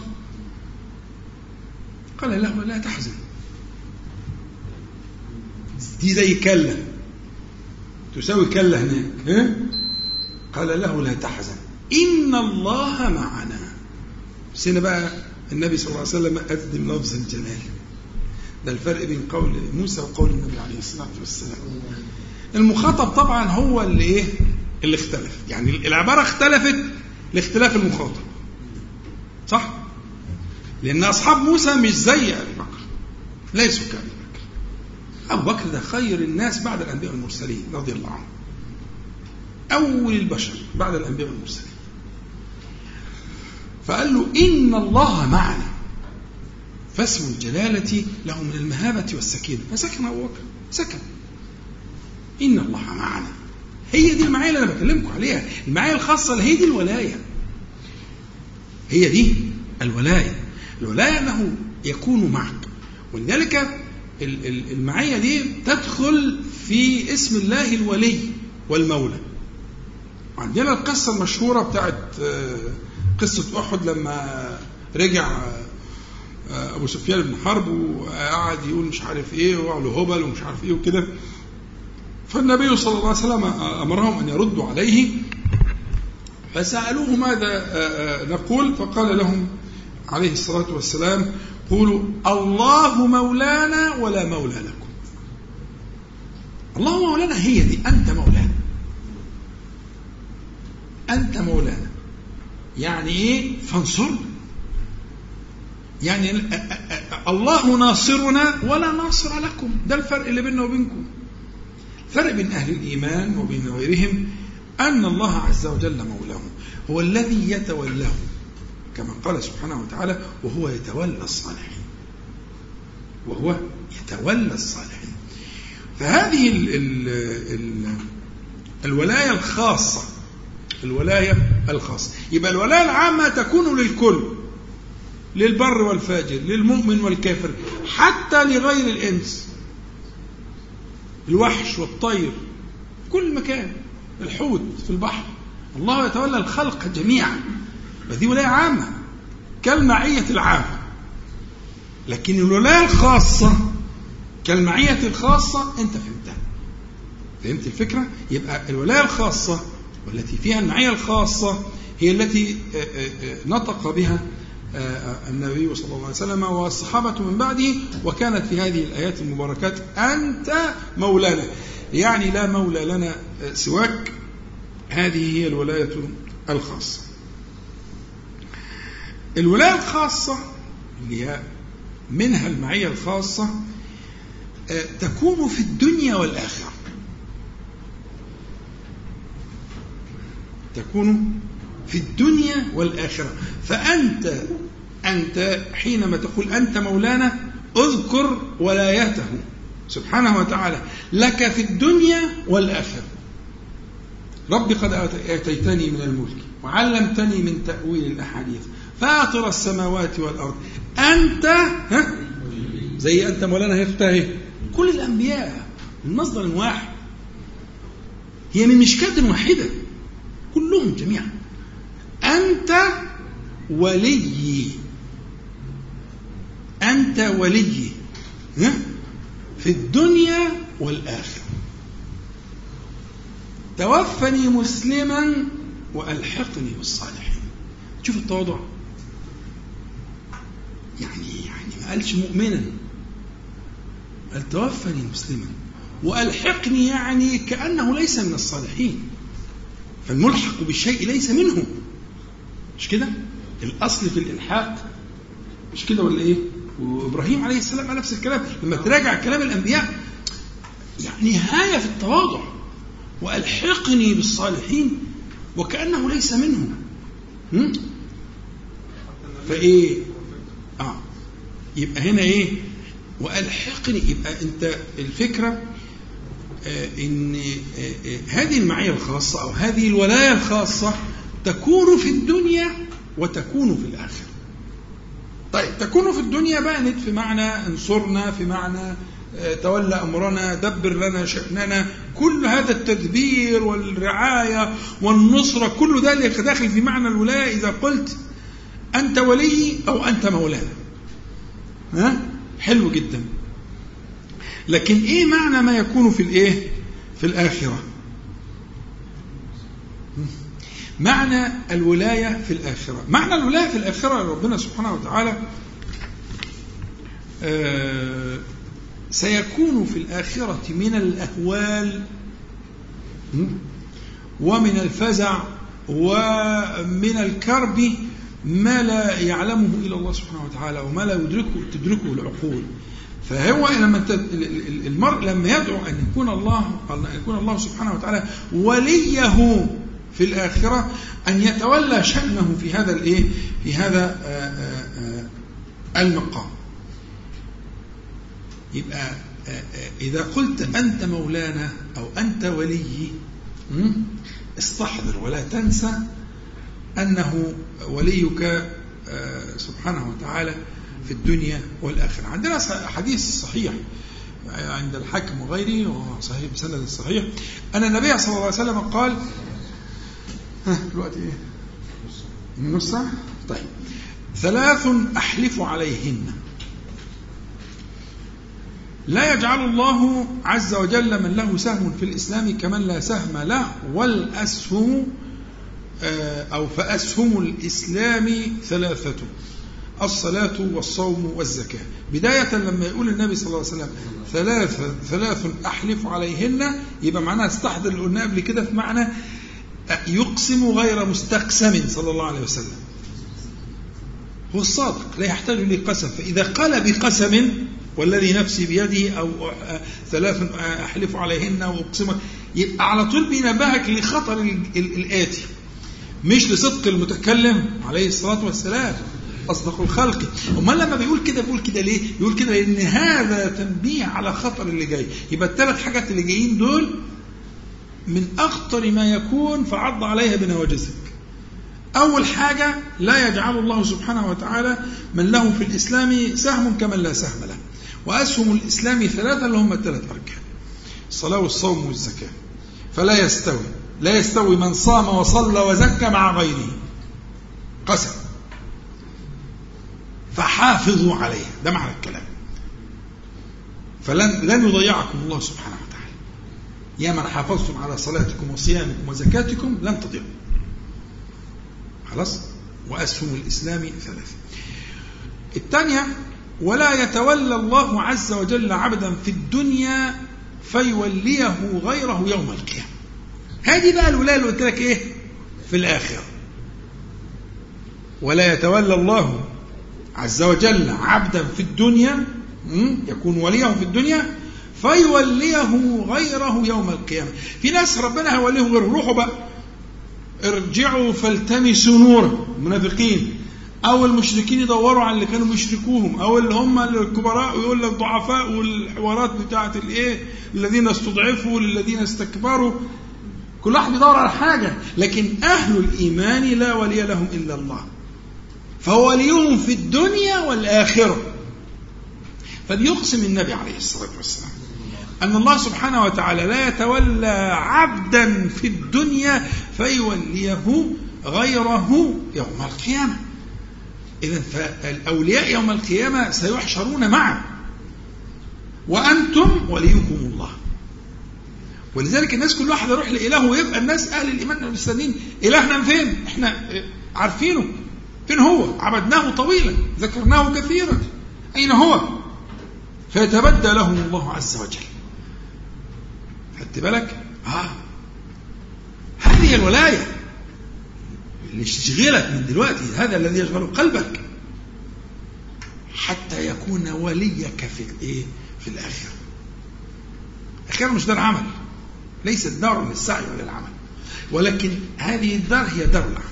قال له لا تحزن، دي زي كلة تساوي كلة هناك. قال له لا تحزن إن الله معنا. بس هنا بقى النبي صلى الله عليه وسلم أقدم لفظ الجلال، ده الفرق بين قول موسى وقول النبي عليه الصلاة والسلام. المخاطب طبعا هو اللي اختلف، يعني العبارة اختلفت لاختلاف المخاطب، صح؟ لأن أصحاب موسى مش زي أبي بكر، ليسوا كأبي بكر. أبو بكر ده خير الناس بعد الأنبياء والمرسلين رضي الله عنه، أول البشر بعد الأنبياء والمرسلين. فقال له إن الله معنا، فاسم الجلالة له من المهابة والسكينة، فسكن أبو بكر، سكن. إن الله معنا، هي دي المعايا اللي أنا بكلمكم عليها، المعايا الخاصة اللي هي دي الولاية، هي دي الولاية. الولاية أنه يكون معك، ولذلك المعية دي تدخل في اسم الله الولي والمولى. عندنا القصة المشهورة بتاعت قصة أحد لما رجع أبو سفيان بن حرب وقعد يقول مش عارف إيه وقالوا هبل ومش عارف إيه وكده، فالنبي صلى الله عليه وسلم أمرهم أن يردوا عليه، فسألوه ماذا نقول، فقال لهم عليه الصلاة والسلام قولوا الله مولانا ولا مولى لكم. الله مولانا هي دي، أنت مولانا، أنت مولانا، يعني إيه؟ فانصرنا، يعني الله ناصرنا ولا ناصر لكم. ده الفرق اللي بيننا وبينكم. فرق بين أهل الإيمان وبين غيرهم أن الله عز وجل مولاهم، هو الذي يتولاه، كما قال سبحانه وتعالى وهو يتولى الصالحين، وهو يتولى الصالحين. فهذه الولاية الخاصة، الولاية الخاصة. يبقى الولاية العامة تكون للكل، للبر والفاجر، للمؤمن والكافر، حتى لغير الإنس، الوحش والطير، كل مكان، الحوت في البحر، الله يتولى الخلق جميعا. فدي ولاية عامة كالمعية العامة. لكن الولاية الخاصة كالمعية الخاصة أنت فهمتها، فهمت الفكرة؟ يبقى الولاية الخاصة والتي فيها المعية الخاصة هي التي نطق بها النبي صلى الله عليه وسلم والصحابة من بعده، وكانت في هذه الآيات المباركات أنت مولانا، يعني لا مولى لنا سواك. هذه هي الولاية الخاصة. الولاية الخاصة اللي هي منها المعية الخاصة تكون في الدنيا والآخرة، تكون في الدنيا والآخرة. فأنت حينما تقول أنت مولانا اذكر ولايته سبحانه وتعالى لك في الدنيا والآخرة. رب قد آتيتني من الملك وعلمتني من تأويل الأحاديث فاطر السماوات والأرض أنت زي أنت مولانا هفتاه. كل الأنبياء من مصدر واحد، هي من مشكاة واحدة كلهم جميعا. أنت ولي، أنت ولي في الدنيا والآخرة. توفني مسلما وألحقني بالصالحين. شوف التواضع، يعني ما قالش مؤمنا، قال توفني مسلما وألحقني، يعني كأنه ليس من الصالحين. فالملحق بالشيء ليس منه، مش كده؟ الأصل في الإلحاق مش كده ولا إيه؟ وإبراهيم عليه السلام نفس الكلام. لما تراجع كلام الأنبياء يعني نهاية في التواضع، وألحقني بالصالحين وكأنه ليس منهم. فإيه يبقى هنا إيه وألحقني؟ يبقى أنت الفكرة إن هذه المعية الخاصة أو هذه الولاية الخاصة تكون في الدنيا وتكون في الآخرة. طيب تكون في الدنيا بانت في معنى انصرنا، في معنى تولى أمرنا، دبر لنا شأننا، كل هذا التدبير والرعاية والنصرة كل ذلك داخل في معنى الولاية. إذا قلت أنت ولي أو أنت مولانا حلو جدا. لكن إيه معنى ما يكون في الإيه في الآخرة؟ معنى الولاية في الآخرة، معنى الولاية في الآخرة ربنا سبحانه وتعالى سيكون في الآخرة من الأهوال ومن الفزع ومن الكرب ما لا يعلمه إلا الله سبحانه وتعالى وما لا تدركه العقول. فهو لما المرء لما يدعو أن يكون الله سبحانه وتعالى وليه في الآخرة، أن يتولى شأنه في هذا الإيه في هذا المقام. يبقى إذا قلت أنت مولانا أو أنت ولي استحضر ولا تنسى أنه وليك سبحانه وتعالى في الدنيا والآخرة. عندنا حديث صحيح عند الحاكم وغيره وصحيح بسند الصحيح أن النبي صلى الله عليه وسلم قال دلوقتي إيه؟ نص ساعة؟ طيب 3 أحلف عليهن لا يجعل الله عز وجل من له سهم في الإسلام كمن لا سهم له، والأسهم أو فأسهم الإسلام 3: الصلاة والصوم والزكاة. بداية لما يقول النبي صلى الله عليه وسلم 3 أحلف عليهن، يبقى معناها استحضر اللي قلنا قبل كده في معنى يقسم غير مستقسم صلى الله عليه وسلم. هو الصادق لا يحتاج لقسم، فإذا قال بقسم والذي نفسي بيده أو 3 أحلف عليهن وأقسم، يبقى على طول بينبهك لخطر الآتي، مش لصدق المتكلم عليه الصلاة والسلام أصدق الخلق. وما لما بيقول كده ليه؟ بيقول كده لأن هذا تنبيه على خطر اللي جاي. يبقى ال3 حاجات اللي جايين دول من أخطر ما يكون، فعض عليها بنواجذك. أول حاجة لا يجعل الله سبحانه وتعالى من له في الإسلام سهم كمن لا سهم له، وأسهم الإسلام 3 اللي هم 3 أركان: الصلاة والصوم والزكاة. فلا يستوي من صام وصلى وزكى مع غيره، قسم. فحافظوا عليه، ده معنى الكلام. فلن يضيعكم الله سبحانه وتعالى. يا من حافظتم على صلاتكم وصيامكم وزكاتكم لن تضيعوا. خلاص. وأسهم الإسلام 3. الثانية: ولا يتولى الله عز وجل عبدا في الدنيا فيوليه غيره يوم القيامة. هذه بقى الولاية اللي قلت لك إيه في الآخرة. ولا يتولى الله عز وجل عبدا في الدنيا، يكون وليه في الدنيا، فيوليه غيره يوم القيامة. في ناس ربنا هيوليه غيره. روحوا بقى ارجعوا فالتمسوا نورا، المنافقين أو المشركين يدوروا على اللي كانوا مشركوهم، أو اللي هم الكبراء ويقول لك ضعفاء، والحوارات بتاعت الذين استضعفوا للذين استكبروا. كل واحد بيدور على حاجة، لكن أهل الإيمان لا ولي لهم إلا الله، فهو وليهم في الدنيا والآخرة. فليقسم النبي عليه الصلاة والسلام أن الله سبحانه وتعالى لا يتولى عبدا في الدنيا فيوليه غيره يوم القيامة. إذن فالأولياء يوم القيامة سيحشرون معا، وأنتم وليكم الله. ولذلك الناس كل واحد يروح لإله، ويبقى الناس أهل الإيمان مستنين إلهنا فين؟ إحنا عارفينه فين هو؟ عبدناه طويلا، ذكرناه كثيرا، أين هو؟ فيتبدى لهم الله عز وجل. خدت بالك؟ هذه الولاية اللي تشغلك من دلوقتي، هذا الذي يشغل قلبك. حتى يكون وليك في الآخرة. الآخرة مش دار عمل، ليست دار للسعي ولا العمل، ولكن هذه الدار هي دار العمل.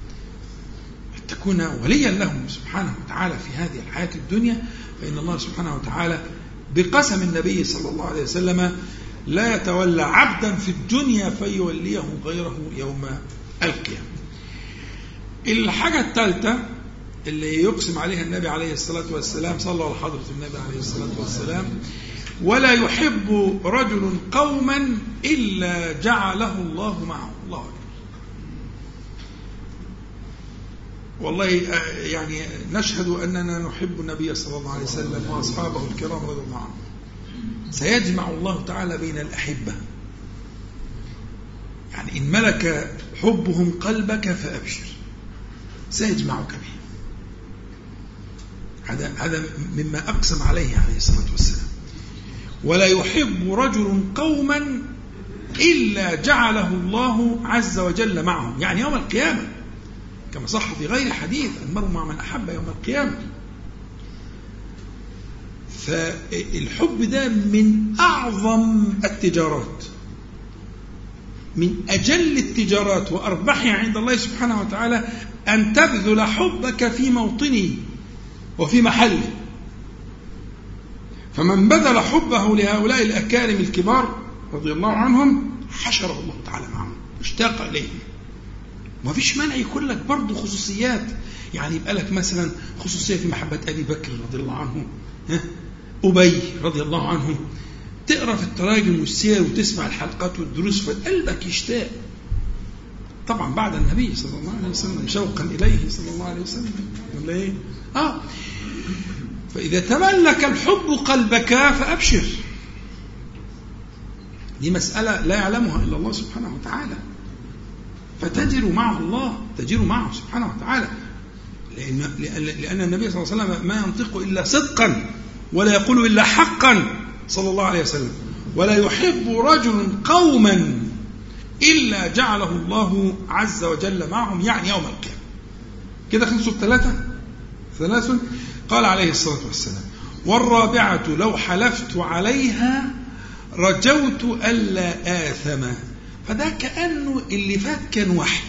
تكون وليا لهم سبحانه وتعالى في هذه الحياة الدنيا، فإن الله سبحانه وتعالى بقسم النبي صلى الله عليه وسلم لا يتولى عبدا في الدنيا فيوليه غيره يوم القيامة. الحاجة الثالثة اللي يقسم عليها النبي عليه الصلاة والسلام، صلى الله على حضرة النبي عليه الصلاة والسلام: ولا يحب رجل قوما إلا جعله الله معه. الله أكبر. والله يعني نشهد أننا نحب النبي صلى الله عليه وسلم وأصحابه الكرام رضي الله عنهم. سيجمع الله تعالى بين الأحبة، يعني إن ملك حبهم قلبك فأبشر، سيجمعك به. هذا مما أقسم عليه الصلاة والسلام. ولا يحب رجل قوما إلا جعله الله عز وجل معهم، يعني يوم القيامة، كما صح في غير حديث: المرء مع من أحب يوم القيامة. فالحب ده من أعظم التجارات، من أجل التجارات وأربحها عند الله سبحانه وتعالى، أن تبذل حبك في موطنه وفي محله. فمن بذل حبه لهؤلاء الأكارم الكبار رضي الله عنهم حشره الله تعالى معهم، اشتاق إليهم. ما فيش مانع يكون لك برضه خصوصيات، يعني يبقى لك مثلا خصوصية في محبة أبي بكر رضي الله عنه، أبي رضي الله عنه، تقرأ في التراجم والسير وتسمع الحلقات والدروس فقلبك يشتاق. طبعا بعد النبي صلى الله عليه وسلم، شوقا إليه صلى الله عليه وسلم، ولا إيه؟ فإذا تملك الحب قلبك فأبشر. دي مسألة لا يعلمها إلا الله سبحانه وتعالى، فتجر مع الله، تجر معه سبحانه وتعالى، لأن النبي صلى الله عليه وسلم ما ينطق إلا صدقا ولا يقول إلا حقا صلى الله عليه وسلم. ولا يحب رجل قوما إلا جعله الله عز وجل معهم، يعني يوم القيامة. كده خلصوا ثلاث. قال عليه الصلاة والسلام: والرابعة لو حلفت عليها رجوت ألا آثم. فده كأنه اللي فات كان وحي،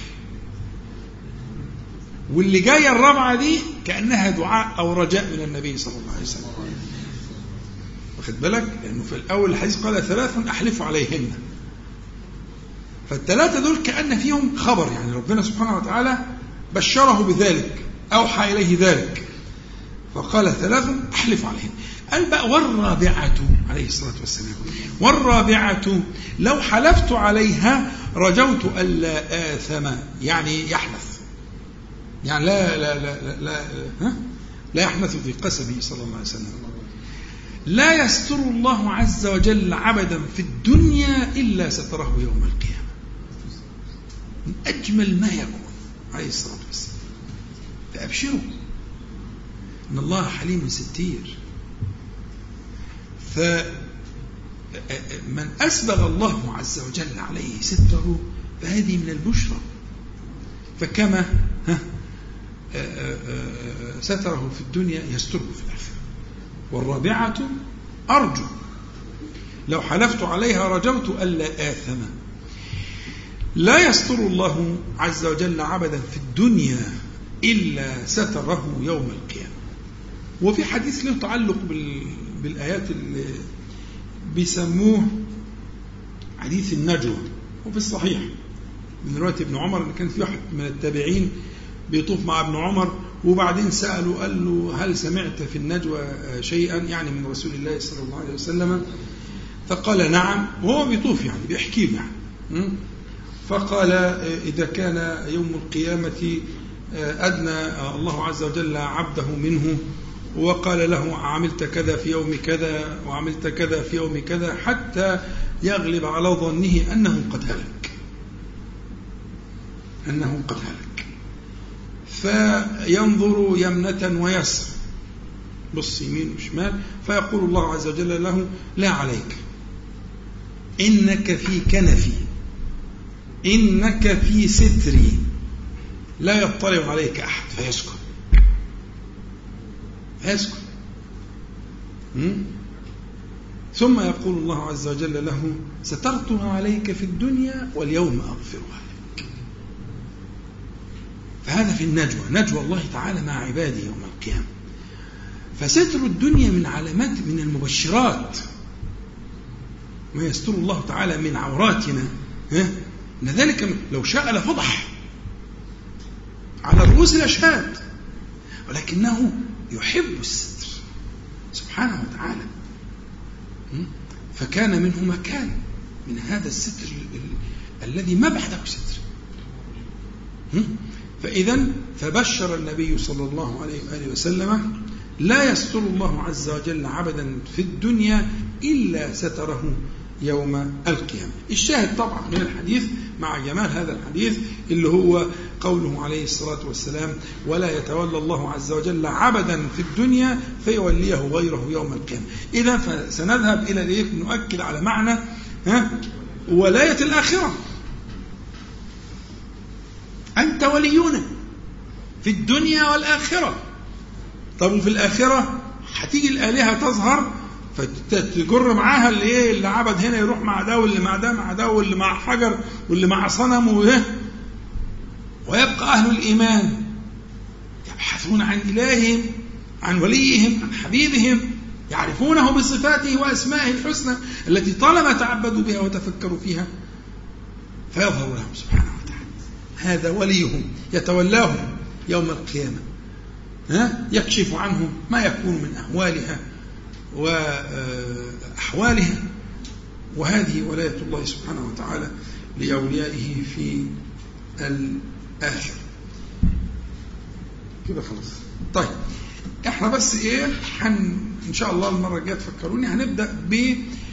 واللي جاية الرابعة دي كأنها دعاء أو رجاء من النبي صلى الله عليه وسلم. واخد بالك؟ لأنه في الأول الحديث قال 3 أحلف عليهن، فالثلاثة دول كأن فيهم خبر، يعني ربنا سبحانه وتعالى بشره بذلك، أوحى إليه ذلك، فقال 3 أحلف عليهن. قال بقى: والرابعة عليه الصلاة والسلام: والرابعة لو حلفت عليها رجوت ألا آثم، يعني يحنث، يعني لا يحنث في قسمه صلى الله عليه وسلم. لا يستر الله عز وجل عبدا في الدنيا إلا ستره يوم القيامة. من أجمل ما يكون عليه الصلاة والسلام. فأبشروا إن الله حليم ستير. فمن أسبغ الله عز وجل عليه ستره فهذه من البشرى. فكما ستره في الدنيا يستره في الآخرة. والرابعة أرجو لو حلفت عليها رجوت ألا آثم. لا يستر الله عز وجل عبدا في الدنيا إلا ستره يوم القيامة. وفي حديث له تعلق بالآيات اللي بيسموه حديث النجوى، وفي الصحيح من رواية ابن عمر اللي كان في واحد من التابعين بيطوف مع ابن عمر، وبعدين سأله قال له: هل سمعت في النجوى شيئا، يعني من رسول الله صلى الله عليه وسلم؟ فقال: نعم. وهو بيطوف يعني بيحكي له يعني. فقال: إذا كان يوم القيامة أدنى الله عز وجل عبده منه وقال له: عملت كذا في يوم كذا وعملت كذا في يوم كذا، حتى يغلب على ظنه أنه قد هلك، فينظر يمنة ويسر، بص يمين وشمال، فيقول الله عز وجل له: لا عليك، إنك في كنفي، إنك في ستري، لا يطلع عليك أحد، فيسكت. يسكت. ثم يقول الله عز وجل له سترتها عليك في الدنيا واليوم أغفرها لك. فهذا في النجوى، نجوى الله تعالى مع عباده يوم القيامة. فستر الدنيا من علامات، من المبشرات، ما يستر الله تعالى من عوراتنا. إن ذلك لو شاء لفضح على رؤوس الأشهاد، ولكنه يحب الستر سبحانه وتعالى. فكان منه مكان من هذا الستر الذي ما بعده ستر. فإذا فبشر النبي صلى الله عليه وآله وسلم لا يستر الله عز وجل عبدا في الدنيا إلا ستره يوم القيامة. الشاهد طبعا من الحديث مع جمال هذا الحديث اللي هو قوله عليه الصلاة والسلام ولا يتولى الله عز وجل عبدا في الدنيا فيوليه غيره يوم القيامة. إذا فسنذهب إلى نؤكد على معنى ولاية الآخرة. أنت ولينا في الدنيا والآخرة. طب وفي الآخرة هتيجي الآلهة تظهر فتجر معاها اللي عبد هنا يروح مع ده واللي مع ده مع ده واللي مع حجر واللي مع صنم ويبقى أهل الإيمان يبحثون عن إلههم، عن وليهم، عن حبيبهم، يعرفونه بصفاته وأسمائه الحسنى التي طالما تعبدوا بها وتفكروا فيها، فيظهر لهم سبحانه وتعالى هذا وليهم يتولاهم يوم القيامة، يكشف عنهم ما يكون من أهوالها وأحوالها. وهذه ولاية الله سبحانه وتعالى لأوليائه في الآخر. كده خلاص. طيب احنا بس إن شاء الله المرة الجاية تفكروني هنبدأ ب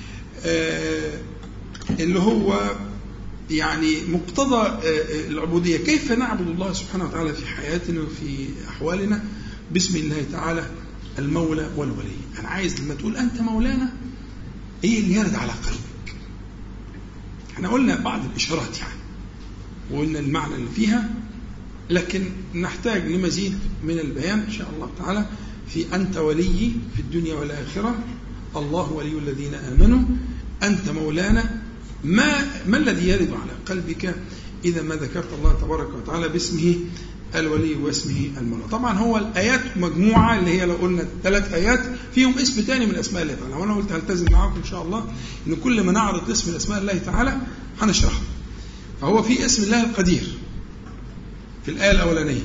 اللي هو يعني مقتضى العبودية، كيف نعبد الله سبحانه وتعالى في حياتنا وفي أحوالنا باسم الله تعالى المولى والولي. أنا عايز لما تقول أنت مولانا إيه اللي يرد على قلبك؟ احنا قلنا بعض الإشارات يعني وقلنا المعنى اللي فيها، لكن نحتاج لمزيد من البيان إن شاء الله تعالى في أنت ولي في الدنيا والآخرة، الله ولي الذين آمنوا، أنت مولانا. ما الذي يرد على قلبك إذا ما ذكرت الله تبارك وتعالى باسمه الولي واسمه المولى؟ طبعا هو الآيات مجموعة اللي هي لو قلنا 3 آيات فيهم اسم تاني من أسماء الله تعالى، وأنا قلت هلتزم معاكم إن شاء الله إن كل ما نعرض اسم من أسماء الله تعالى هنشرحه. فهو في اسم الله القدير في الآية الأولانية،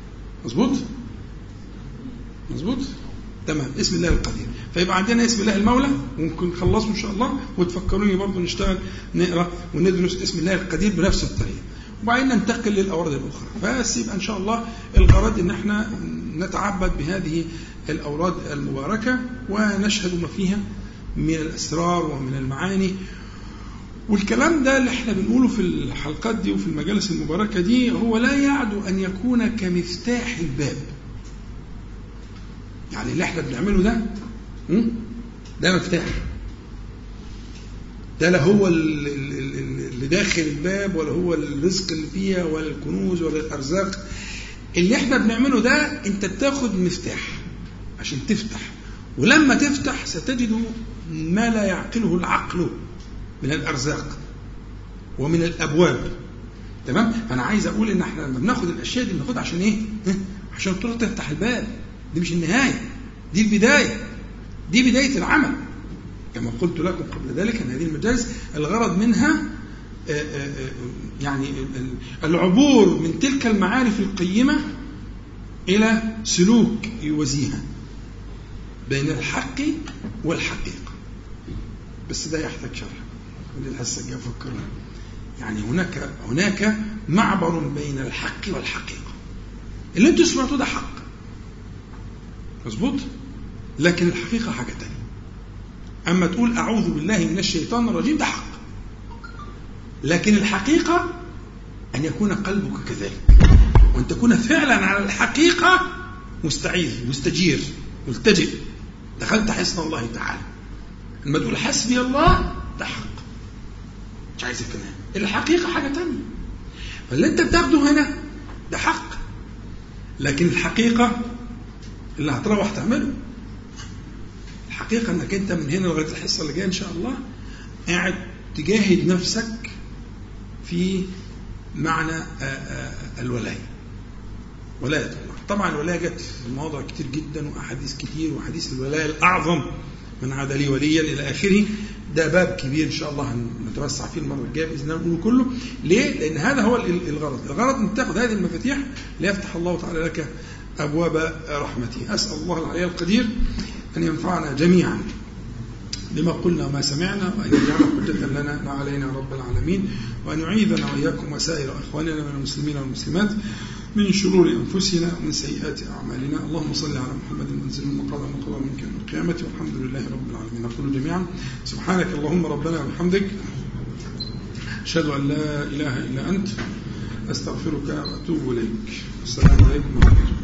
مظبوط تمام، اسم الله القدير. فيبقى عندنا اسم الله المولى، ممكن نخلصه إن شاء الله وتفكروني برضو نشتغل نقرأ وندرس اسم الله القدير بنفس الطريقة، وبعدين ننتقل للأوراد الأخرى. بس يبقى إن شاء الله الغرض إن احنا نتعبد بهذه الأوراد المباركة ونشهد ما فيها من الأسرار ومن المعاني. والكلام ده اللي احنا بنقوله في الحلقات دي وفي المجالس المباركة دي هو لا يعد أن يكون كمفتاح الباب. يعني اللي احنا بنعمله ده مفتاح، ده لا هو اللي داخل الباب ولا هو الرزق اللي فيها ولا الكنوز ولا الأرزاق. اللي احنا بنعمله ده انت بتاخد مفتاح عشان تفتح، ولما تفتح ستجد ما لا يعقله العقل من الأرزاق ومن الأبواب. تمام؟ فأنا عايز أقول إن احنا لما بناخد الأشياء دي بناخدها عشان إيه؟ عشان تروح تفتح الباب. دي مش النهاية، دي البداية، دي بداية العمل. كما قلت لكم قبل ذلك أن هذه المجالس الغرض منها يعني العبور من تلك المعارف القيمة إلى سلوك يوازيها بين الحق والحقيقة. بس ده يحتاج شرح، ودي هسه جاي أفكرنا. يعني هناك معبر بين الحق والحقيقة. اللي انتوا سمعتوه ده حق، مظبوط، لكن الحقيقة حاجة تانية. أما تقول أعوذ بالله من الشيطان الرجيم ده حق، لكن الحقيقة أن يكون قلبك كذلك، وأن تكون فعلا على الحقيقة مستعيذ مستجير ملتجئ، دخلت حصن الله تعالى. لما تقول حسبي الله ده حق، مش عايز الكلام. الحقيقة حاجة تانية. فاللي انت بتاخده هنا ده حق، لكن الحقيقة اللي هتروح تعمله. الحقيقة أنك أنت من هنا لغاية الحصة اللي جاية إن شاء الله قاعد تجاهد نفسك في معنى الولاية، ولاية الله. طبعا الولاية جت في مواضع كتير جدا وأحاديث كتير، وحديث الولاية الأعظم من عاد لي وليا إلى آخره. ده باب كبير إن شاء الله هنتوسع فيه المرة الجاية بإذن الله نقوله كله. ليه؟ لأن هذا هو الغرض أن تأخذ هذه المفاتيح ليفتح الله تعالى لك أبواب رحمته. أسأل الله العلي القدير أن ينفعنا جميعا بما قلنا وما سمعنا، وأن يجعل حجة لنا لا علينا رب العالمين، وأن يعيذنا وإياكم وسائر إخواننا من المسلمين والمسلمات من شرور أنفسنا ومن سيئات أعمالنا. اللهم صل على محمد منزل المقام مقام منك يوم القيامة، والحمد لله رب العالمين. نقول جميعا سبحانك اللهم ربنا وبحمدك، أشهد أن لا إله إلا أنت، أستغفرك وأتوب إليك. السلام عليكم ورحمة الله.